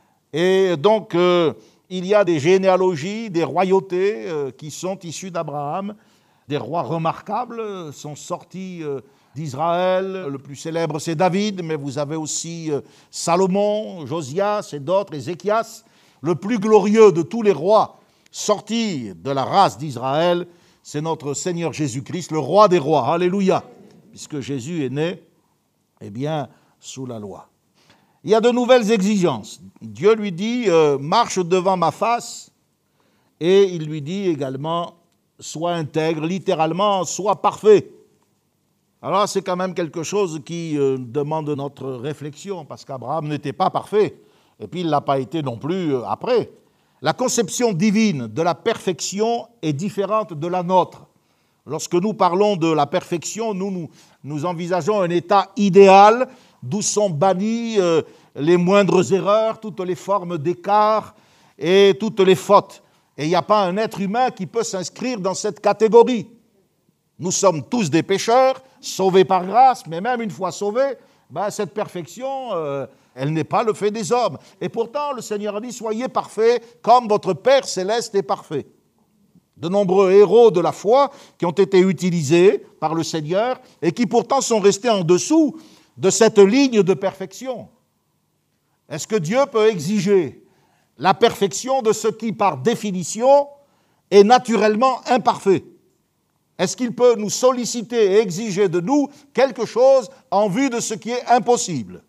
Et donc, il y a des généalogies, des royautés qui sont issues d'Abraham. Des rois remarquables sont sortis d'Israël. Le plus célèbre, c'est David, mais vous avez aussi Salomon, Josias et d'autres, Ézéchias. Le plus glorieux de tous les rois sortis de la race d'Israël, c'est notre Seigneur Jésus-Christ, le roi des rois. Alléluia. Puisque Jésus est né, eh bien, sous la loi. Il y a de nouvelles exigences. Dieu lui dit, marche devant ma face, et il lui dit également, sois intègre, littéralement, sois parfait. Alors c'est quand même quelque chose qui demande notre réflexion, parce qu'Abraham n'était pas parfait, et puis il ne l'a pas été non plus après. La conception divine de la perfection est différente de la nôtre. Lorsque nous parlons de la perfection, nous envisageons un état idéal d'où sont bannies les moindres erreurs, toutes les formes d'écart et toutes les fautes. Et il n'y a pas un être humain qui peut s'inscrire dans cette catégorie. Nous sommes tous des pécheurs, sauvés par grâce, mais même une fois sauvés, cette perfection, elle n'est pas le fait des hommes. Et pourtant, le Seigneur a dit, soyez parfaits comme votre Père céleste est parfait. De nombreux héros de la foi qui ont été utilisés par le Seigneur et qui pourtant sont restés en dessous de cette ligne de perfection. Est-ce que Dieu peut exiger la perfection de ce qui, par définition, est naturellement imparfait? Est-ce qu'il peut nous solliciter et exiger de nous quelque chose en vue de ce qui est impossible?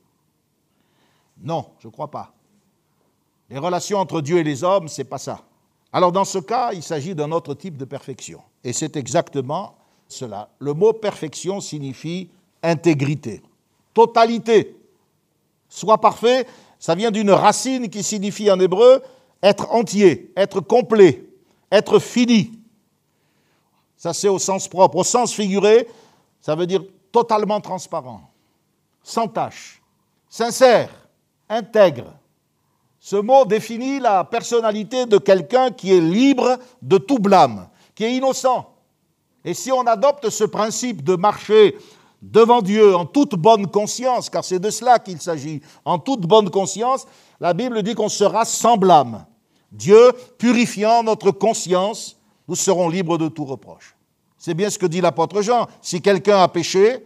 Non, je ne crois pas. Les relations entre Dieu et les hommes, ce n'est pas ça. Alors dans ce cas, il s'agit d'un autre type de perfection. Et c'est exactement cela. Le mot perfection signifie intégrité, totalité. Sois parfait, ça vient d'une racine qui signifie en hébreu être entier, être complet, être fini. Ça c'est au sens propre. Au sens figuré, ça veut dire totalement transparent, sans tache, sincère, intègre. Ce mot définit la personnalité de quelqu'un qui est libre de tout blâme, qui est innocent. Et si on adopte ce principe de marcher devant Dieu en toute bonne conscience, car c'est de cela qu'il s'agit, en toute bonne conscience, la Bible dit qu'on sera sans blâme. Dieu, purifiant notre conscience, nous serons libres de tout reproche. C'est bien ce que dit l'apôtre Jean. Si quelqu'un a péché,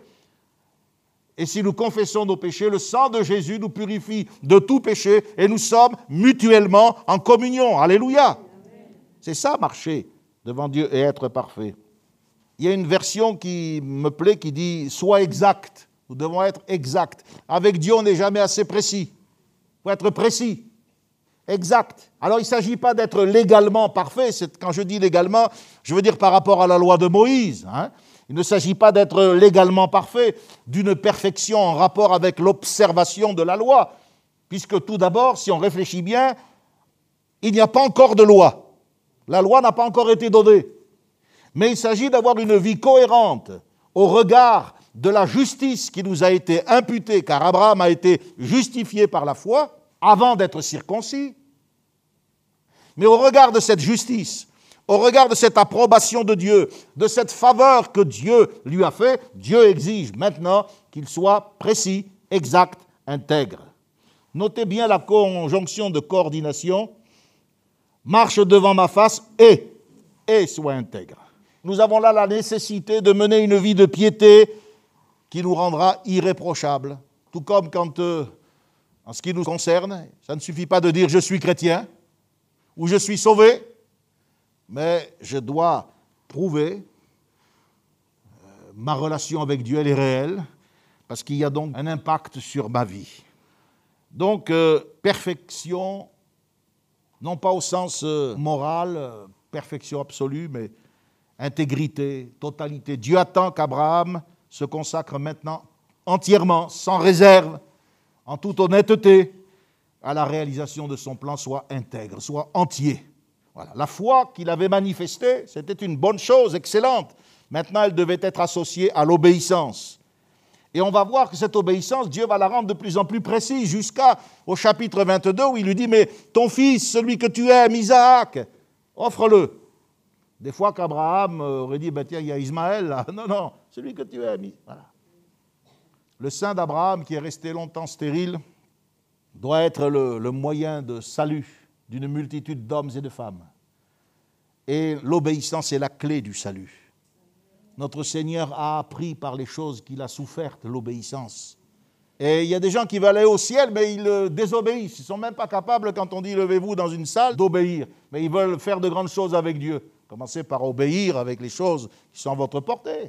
et si nous confessons nos péchés, le sang de Jésus nous purifie de tout péché et nous sommes mutuellement en communion. Alléluia. C'est ça, marcher devant Dieu et être parfait. Il y a une version qui me plaît qui dit « sois exact ». Nous devons être exacts. Avec Dieu, on n'est jamais assez précis. Il faut être précis, exact. Alors, il ne s'agit pas d'être légalement parfait. Quand je dis légalement, je veux dire par rapport à la loi de Moïse, Il ne s'agit pas d'être légalement parfait, d'une perfection en rapport avec l'observation de la loi, puisque tout d'abord, si on réfléchit bien, il n'y a pas encore de loi. La loi n'a pas encore été donnée. Mais il s'agit d'avoir une vie cohérente au regard de la justice qui nous a été imputée, car Abraham a été justifié par la foi avant d'être circoncis. Mais au regard de cette justice, au regard de cette approbation de Dieu, de cette faveur que Dieu lui a fait, Dieu exige maintenant qu'il soit précis, exact, intègre. Notez bien la conjonction de coordination. Marche devant ma face et sois intègre. Nous avons là la nécessité de mener une vie de piété qui nous rendra irréprochables. Tout comme quand, en ce qui nous concerne, ça ne suffit pas de dire « je suis chrétien » ou « je suis sauvé », mais je dois prouver ma relation avec Dieu, elle est réelle, parce qu'il y a donc un impact sur ma vie. Donc, perfection, non pas au sens moral, perfection absolue, mais intégrité, totalité. Dieu attend qu'Abraham se consacre maintenant entièrement, sans réserve, en toute honnêteté, à la réalisation de son plan, soit intègre, soit entier. Voilà. La foi qu'il avait manifestée, c'était une bonne chose, excellente. Maintenant, elle devait être associée à l'obéissance. Et on va voir que cette obéissance, Dieu va la rendre de plus en plus précise, jusqu'au chapitre 22, où il lui dit « Mais ton fils, celui que tu aimes, Isaac, offre-le. » Des fois qu'Abraham aurait dit « Tiens, il y a Ismaël là. » Non, non, celui que tu aimes. Voilà. Le sein d'Abraham, qui est resté longtemps stérile, doit être le moyen de salut d'une multitude d'hommes et de femmes. Et l'obéissance est la clé du salut. Notre Seigneur a appris par les choses qu'il a souffertes l'obéissance. Et il y a des gens qui veulent aller au ciel, mais ils désobéissent. Ils ne sont même pas capables, quand on dit « levez-vous dans une salle », d'obéir. Mais ils veulent faire de grandes choses avec Dieu. Commencez par obéir avec les choses qui sont à votre portée.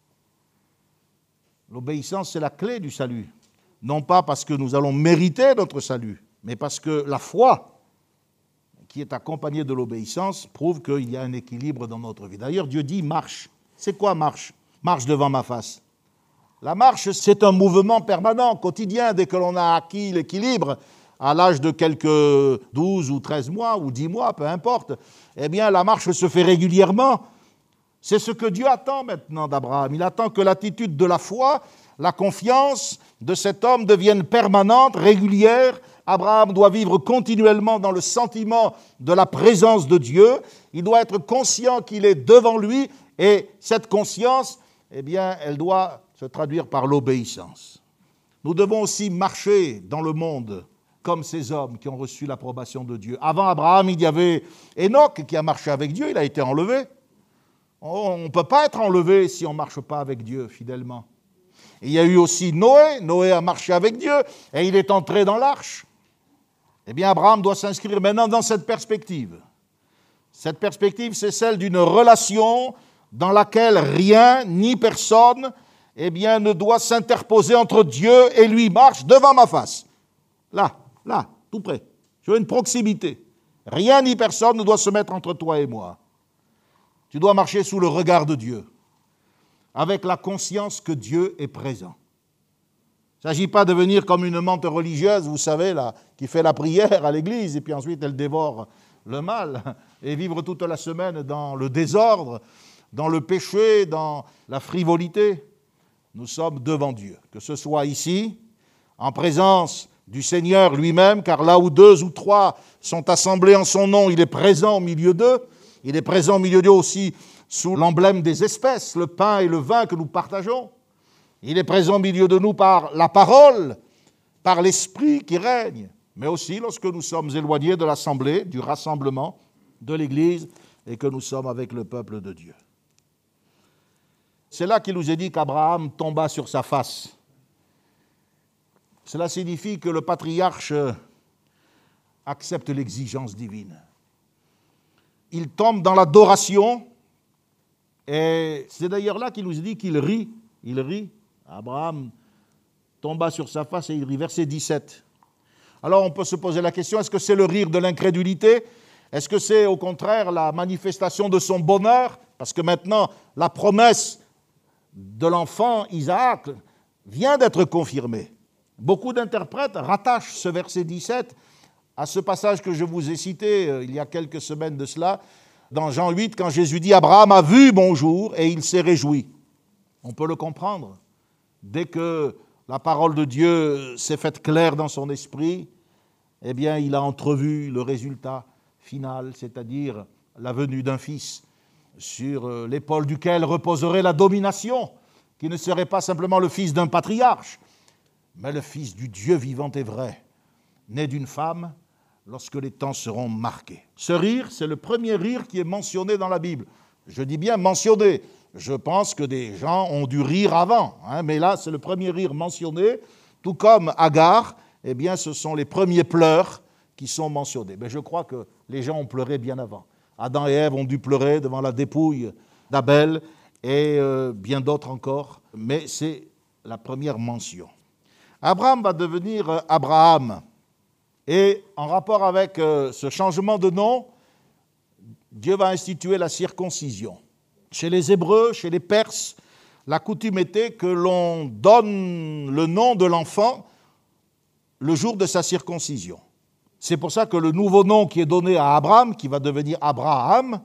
L'obéissance, c'est la clé du salut. Non pas parce que nous allons mériter notre salut, mais parce que la foi, qui est accompagnée de l'obéissance, prouve qu'il y a un équilibre dans notre vie. D'ailleurs, Dieu dit « marche ». C'est quoi marche ? Marche devant ma face. La marche, c'est un mouvement permanent, quotidien, dès que l'on a acquis l'équilibre, à l'âge de quelques 12 ou 13 mois ou 10 mois, peu importe, eh bien la marche se fait régulièrement. C'est ce que Dieu attend maintenant d'Abraham. Il attend que l'attitude de la foi, la confiance de cet homme devienne permanente, régulière. Abraham doit vivre continuellement dans le sentiment de la présence de Dieu. Il doit être conscient qu'il est devant lui et cette conscience, eh bien, elle doit se traduire par l'obéissance. Nous devons aussi marcher dans le monde comme ces hommes qui ont reçu l'approbation de Dieu. Avant Abraham, il y avait Enoch qui a marché avec Dieu, il a été enlevé. On ne peut pas être enlevé si on ne marche pas avec Dieu fidèlement. Il y a eu aussi Noé. Noé a marché avec Dieu et il est entré dans l'arche. Eh bien, Abraham doit s'inscrire maintenant dans cette perspective. Cette perspective, c'est celle d'une relation dans laquelle rien ni personne eh bien, ne doit s'interposer entre Dieu et lui. Marche devant ma face. Là, tout près. Je veux une proximité. Rien ni personne ne doit se mettre entre toi et moi. Tu dois marcher sous le regard de Dieu, avec la conscience que Dieu est présent. Il ne s'agit pas de venir comme une menthe religieuse, vous savez, là, qui fait la prière à l'église, et puis ensuite elle dévore le mal, et vivre toute la semaine dans le désordre, dans le péché, dans la frivolité. Nous sommes devant Dieu, que ce soit ici, en présence du Seigneur lui-même, car là où 2 ou 3 sont assemblés en son nom, il est présent au milieu d'eux. Il est présent au milieu d'eux aussi sous l'emblème des espèces, le pain et le vin que nous partageons. Il est présent au milieu de nous par la parole, par l'esprit qui règne, mais aussi lorsque nous sommes éloignés de l'assemblée, du rassemblement de l'Église et que nous sommes avec le peuple de Dieu. C'est là qu'il nous est dit qu'Abraham tomba sur sa face. Cela signifie que le patriarche accepte l'exigence divine. Il tombe dans l'adoration, et c'est d'ailleurs là qu'il nous dit qu'il rit. Il rit. Abraham tomba sur sa face et il rit. Verset 17. Alors on peut se poser la question, est-ce que c'est le rire de l'incrédulité ? Est-ce que c'est au contraire la manifestation de son bonheur ? Parce que maintenant, la promesse de l'enfant Isaac vient d'être confirmée. Beaucoup d'interprètes rattachent ce verset 17 à ce passage que je vous ai cité il y a quelques semaines de cela, dans Jean 8, quand Jésus dit « Abraham a vu mon jour et il s'est réjoui ». On peut le comprendre. Dès que la parole de Dieu s'est faite claire dans son esprit, eh bien, il a entrevu le résultat final, c'est-à-dire la venue d'un fils sur l'épaule duquel reposerait la domination, qui ne serait pas simplement le fils d'un patriarche, mais le fils du Dieu vivant et vrai, né d'une femme, lorsque les temps seront marqués. Ce rire, c'est le premier rire qui est mentionné dans la Bible. Je dis bien mentionné. Je pense que des gens ont dû rire avant, mais là, c'est le premier rire mentionné, tout comme Agar, eh bien, ce sont les premiers pleurs qui sont mentionnés. Mais je crois que les gens ont pleuré bien avant. Adam et Ève ont dû pleurer devant la dépouille d'Abel et bien d'autres encore, mais c'est la première mention. Abraham va devenir Abraham. Et en rapport avec ce changement de nom, Dieu va instituer la circoncision. Chez les Hébreux, chez les Perses, la coutume était que l'on donne le nom de l'enfant le jour de sa circoncision. C'est pour ça que le nouveau nom qui est donné à Abraham, qui va devenir Abraham,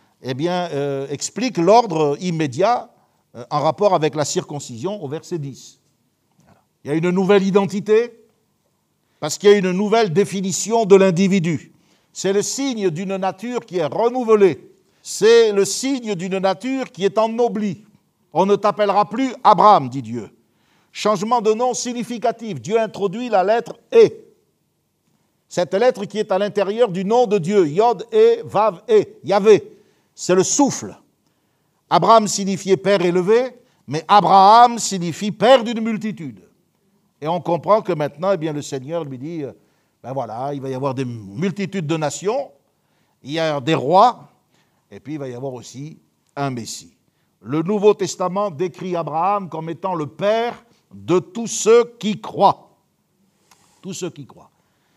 explique l'ordre immédiat en rapport avec la circoncision au verset 10. Il y a une nouvelle identité parce qu'il y a une nouvelle définition de l'individu. C'est le signe d'une nature qui est renouvelée. C'est le signe d'une nature qui est ennoblie. On ne t'appellera plus Abraham, dit Dieu. Changement de nom significatif. Dieu introduit la lettre « E ». Cette lettre qui est à l'intérieur du nom de Dieu, Yod, E, Vav, E, Yahvé. C'est le souffle. Abraham signifiait père élevé, mais Abraham signifie père d'une multitude. Et on comprend que maintenant, le Seigneur lui dit, il va y avoir des multitudes de nations, il y a des rois, et puis il va y avoir aussi un Messie. Le Nouveau Testament décrit Abraham comme étant le père de tous ceux qui croient. Tous ceux qui croient.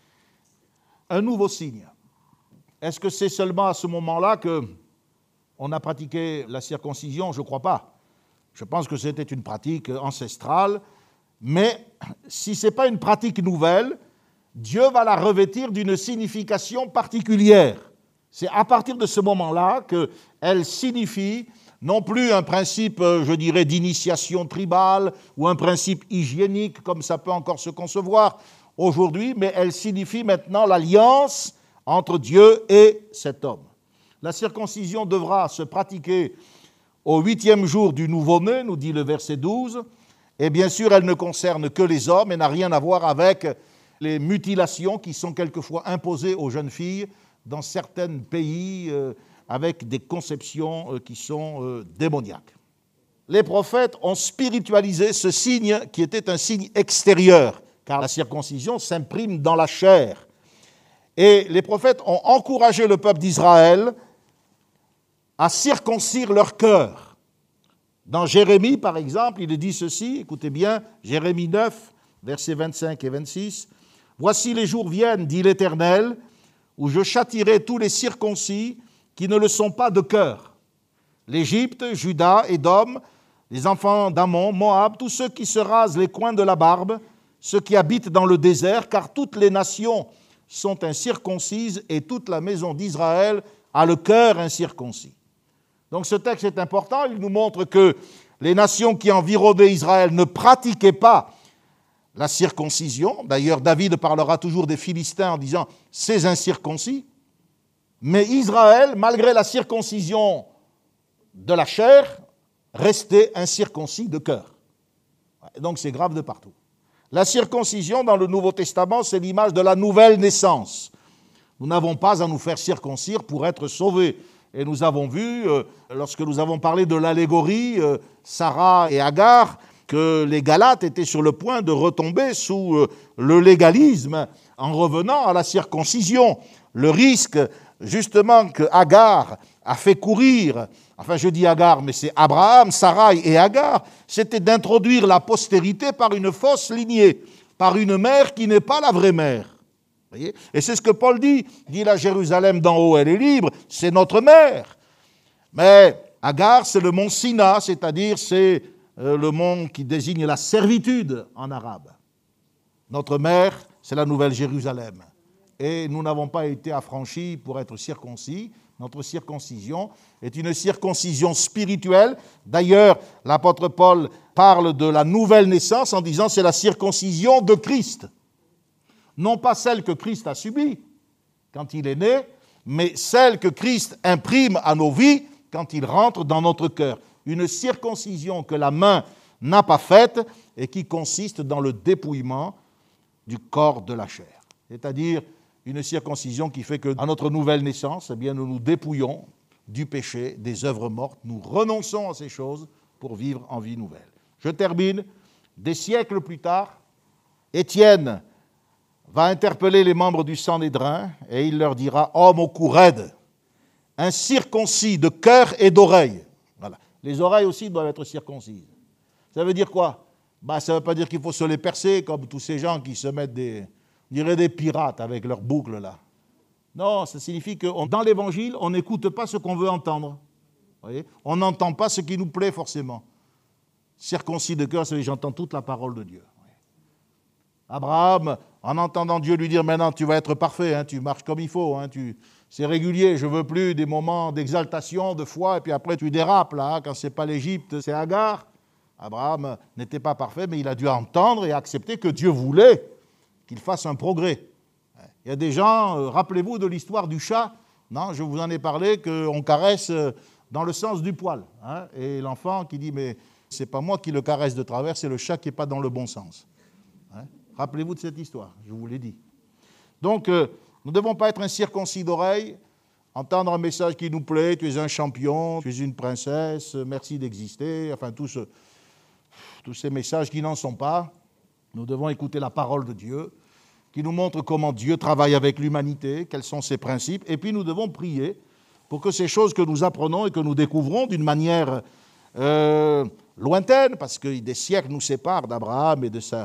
Un nouveau signe. Est-ce que c'est seulement à ce moment-là qu'on a pratiqué la circoncision? Je ne crois pas. Je pense que c'était une pratique ancestrale, mais si ce n'est pas une pratique nouvelle, Dieu va la revêtir d'une signification particulière. C'est à partir de ce moment-là qu'elle signifie non plus un principe, d'initiation tribale ou un principe hygiénique, comme ça peut encore se concevoir aujourd'hui, mais elle signifie maintenant l'alliance entre Dieu et cet homme. La circoncision devra se pratiquer au 8e jour du nouveau-né, nous dit le verset 12, et bien sûr, elle ne concerne que les hommes et n'a rien à voir avec les mutilations qui sont quelquefois imposées aux jeunes filles dans certains pays avec des conceptions qui sont démoniaques. Les prophètes ont spiritualisé ce signe qui était un signe extérieur, car la circoncision s'imprime dans la chair. Et les prophètes ont encouragé le peuple d'Israël à circoncire leur cœur. Dans Jérémie, par exemple, il est dit ceci, écoutez bien, Jérémie 9, versets 25 et 26, « Voici les jours viennent, dit l'Éternel, où je châtierai tous les circoncis qui ne le sont pas de cœur. L'Égypte, Juda, Édom, les enfants d'Ammon, Moab, tous ceux qui se rasent les coins de la barbe, ceux qui habitent dans le désert, car toutes les nations sont incirconcises et toute la maison d'Israël a le cœur incirconcis. » Donc ce texte est important, il nous montre que les nations qui environnaient Israël ne pratiquaient pas la circoncision. D'ailleurs, David parlera toujours des Philistins en disant « ces incirconcis ». Mais Israël, malgré la circoncision de la chair, restait incirconcis de cœur. Donc c'est grave de partout. La circoncision dans le Nouveau Testament, c'est l'image de la nouvelle naissance. Nous n'avons pas à nous faire circoncire pour être sauvés. Et nous avons vu, lorsque nous avons parlé de l'allégorie, Sarah et Agar, que les Galates étaient sur le point de retomber sous le légalisme en revenant à la circoncision. Le risque, justement, que Agar a fait courir, enfin je dis Agar, mais c'est Abraham, Sarai et Agar, c'était d'introduire la postérité par une fausse lignée, par une mère qui n'est pas la vraie mère. Voyez ? Et c'est ce que Paul dit. Il dit la Jérusalem d'en haut, elle est libre, c'est notre mère. Mais Agar, c'est le mont Sina, c'est-à-dire c'est le mont qui désigne la servitude en arabe. Notre mère, c'est la nouvelle Jérusalem. Et nous n'avons pas été affranchis pour être circoncis. Notre circoncision est une circoncision spirituelle. D'ailleurs, l'apôtre Paul parle de la nouvelle naissance en disant c'est la circoncision de Christ. Non pas celle que Christ a subie quand il est né, mais celle que Christ imprime à nos vies quand il rentre dans notre cœur. Une circoncision que la main n'a pas faite et qui consiste dans le dépouillement du corps de la chair. C'est-à-dire une circoncision qui fait qu'à notre nouvelle naissance, nous nous dépouillons du péché, des œuvres mortes, nous renonçons à ces choses pour vivre en vie nouvelle. Je termine. Des siècles plus tard, Étienne va interpeller les membres du Sanhédrin et il leur dira « Homme au cou raide, incirconcis de cœur et d'oreille. » Voilà. Les oreilles aussi doivent être circoncises. Ça veut dire quoi ? Ça ne veut pas dire qu'il faut se les percer comme tous ces gens qui se mettent des pirates avec leurs boucles là. Non, ça signifie que dans l'Évangile, on n'écoute pas ce qu'on veut entendre. Vous voyez ? On n'entend pas ce qui nous plaît forcément. Circoncis de cœur, c'est que j'entends toute la parole de Dieu. Abraham en entendant Dieu lui dire, maintenant tu vas être parfait, hein, tu marches comme il faut, hein, c'est régulier, je ne veux plus des moments d'exaltation, de foi, et puis après tu dérapes, là, hein, quand ce n'est pas l'Égypte, c'est Agar. Abraham n'était pas parfait, mais il a dû entendre et accepter que Dieu voulait qu'il fasse un progrès. Il y a des gens, rappelez-vous de l'histoire du chat, non, je vous en ai parlé, qu'on caresse dans le sens du poil. Hein, et l'enfant qui dit, mais ce n'est pas moi qui le caresse de travers, c'est le chat qui n'est pas dans le bon sens. Hein, rappelez-vous de cette histoire, je vous l'ai dit. Donc, nous ne devons pas être incirconcis d'oreilles, entendre un message qui nous plaît, tu es un champion, tu es une princesse, merci d'exister, enfin tous ces messages qui n'en sont pas. Nous devons écouter la parole de Dieu, qui nous montre comment Dieu travaille avec l'humanité, quels sont ses principes, et puis nous devons prier pour que ces choses que nous apprenons et que nous découvrons d'une manière lointaine, parce que des siècles nous séparent d'Abraham et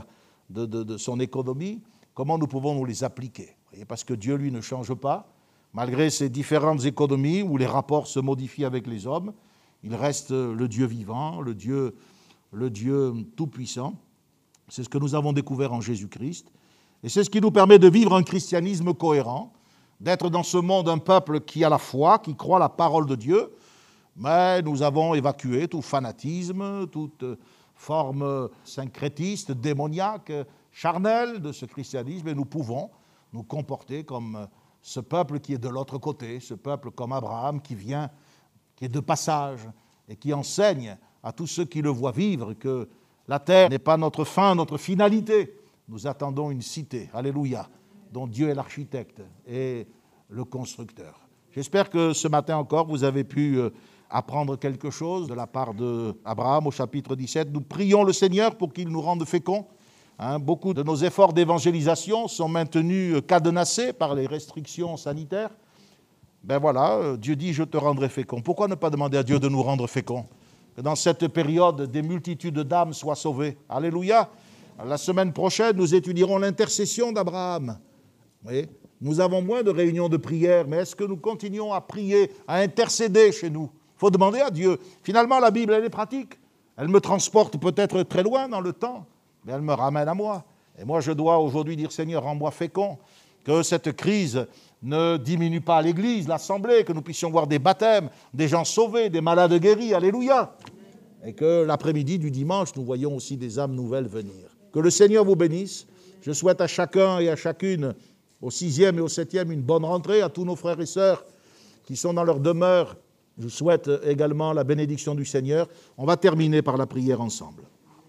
de son économie, comment nous pouvons nous les appliquer. Parce que Dieu, lui, ne change pas, malgré ces différentes économies où les rapports se modifient avec les hommes, il reste le Dieu vivant, le Dieu tout-puissant. C'est ce que nous avons découvert en Jésus-Christ. Et c'est ce qui nous permet de vivre un christianisme cohérent, d'être dans ce monde un peuple qui a la foi, qui croit la parole de Dieu, mais nous avons évacué tout fanatisme, toute forme syncrétiste, démoniaque, charnelle de ce christianisme, et nous pouvons nous comporter comme ce peuple qui est de l'autre côté, ce peuple comme Abraham qui vient, qui est de passage et qui enseigne à tous ceux qui le voient vivre que la terre n'est pas notre fin, notre finalité. Nous attendons une cité, alléluia, dont Dieu est l'architecte et le constructeur. J'espère que ce matin encore, vous avez pu apprendre quelque chose de la part d'Abraham au chapitre 17. Nous prions le Seigneur pour qu'il nous rende féconds. Beaucoup de nos efforts d'évangélisation sont maintenus cadenassés par les restrictions sanitaires. Ben voilà, Dieu dit « je te rendrai fécond ». Pourquoi ne pas demander à Dieu de nous rendre féconds ? Que dans cette période, des multitudes d'âmes soient sauvées. Alléluia. La semaine prochaine, nous étudierons l'intercession d'Abraham. Oui, nous avons moins de réunions de prière, mais est-ce que nous continuons à prier, à intercéder chez nous ? Il faut demander à Dieu. Finalement, la Bible, elle est pratique. Elle me transporte peut-être très loin dans le temps, mais elle me ramène à moi. Et moi, je dois aujourd'hui dire, Seigneur, rends-moi fécond, que cette crise ne diminue pas l'Église, l'Assemblée, que nous puissions voir des baptêmes, des gens sauvés, des malades guéris, alléluia. Et que l'après-midi du dimanche, nous voyons aussi des âmes nouvelles venir. Que le Seigneur vous bénisse. Je souhaite à chacun et à chacune, au 6e et au 7e, une bonne rentrée, à tous nos frères et sœurs qui sont dans leur demeure. Je souhaite également la bénédiction du Seigneur. On va terminer par la prière ensemble.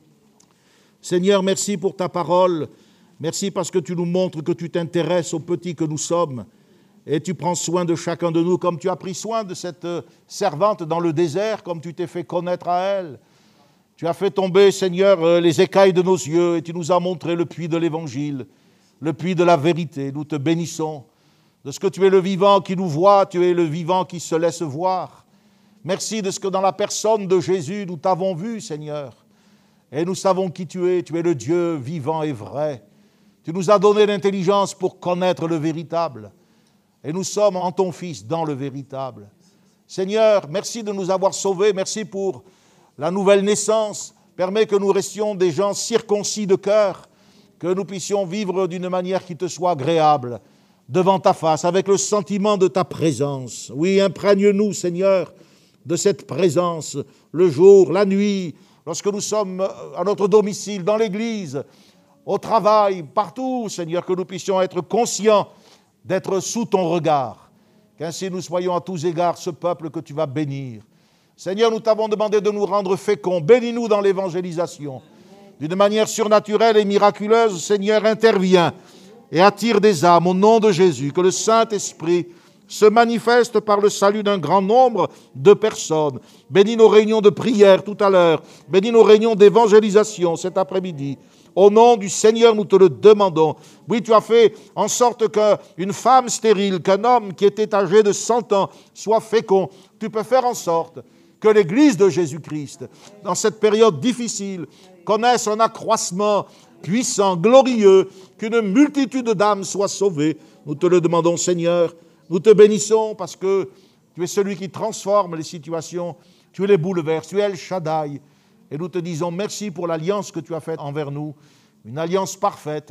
Seigneur, merci pour ta parole. Merci parce que tu nous montres que tu t'intéresses aux petits que nous sommes et tu prends soin de chacun de nous comme tu as pris soin de cette servante dans le désert, comme tu t'es fait connaître à elle. Tu as fait tomber, Seigneur, les écailles de nos yeux et tu nous as montré le puits de l'Évangile, le puits de la vérité. Nous te bénissons de ce que tu es le vivant qui nous voit, tu es le vivant qui se laisse voir. Merci de ce que dans la personne de Jésus, nous t'avons vu, Seigneur. Et nous savons qui tu es le Dieu vivant et vrai. Tu nous as donné l'intelligence pour connaître le véritable. Et nous sommes en ton Fils dans le véritable. Seigneur, merci de nous avoir sauvés, merci pour la nouvelle naissance. Permets que nous restions des gens circoncis de cœur, que nous puissions vivre d'une manière qui te soit agréable, devant ta face, avec le sentiment de ta présence. Oui, imprègne-nous, Seigneur, de cette présence, le jour, la nuit, lorsque nous sommes à notre domicile, dans l'église, au travail, partout, Seigneur, que nous puissions être conscients d'être sous ton regard, qu'ainsi nous soyons à tous égards ce peuple que tu vas bénir. Seigneur, nous t'avons demandé de nous rendre féconds. Bénis-nous dans l'évangélisation. D'une manière surnaturelle et miraculeuse, Seigneur, interviens et attire des âmes au nom de Jésus. Que le Saint-Esprit se manifeste par le salut d'un grand nombre de personnes. Bénis nos réunions de prière tout à l'heure. Bénis nos réunions d'évangélisation cet après-midi. Au nom du Seigneur, nous te le demandons. Oui, tu as fait en sorte qu'une femme stérile, qu'un homme qui était âgé de 100 ans soit fécond. Tu peux faire en sorte que l'Église de Jésus-Christ, dans cette période difficile, connaisse un accroissement puissant, glorieux, qu'une multitude d'âmes soient sauvées. Nous te le demandons, Seigneur. Nous te bénissons parce que tu es celui qui transforme les situations. Tu es les bouleverses, tu es El Shaddai. Et nous te disons merci pour l'alliance que tu as faite envers nous, une alliance parfaite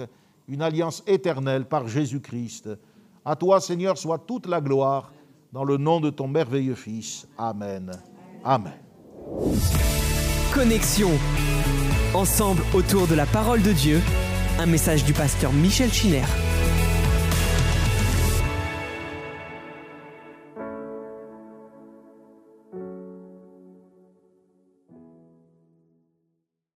une alliance éternelle par Jésus-Christ. À toi, Seigneur, soit toute la gloire, dans le nom de ton merveilleux Fils. Amen. Amen. Connexion. Ensemble autour de la parole de Dieu. Un message du pasteur Michel Schinner.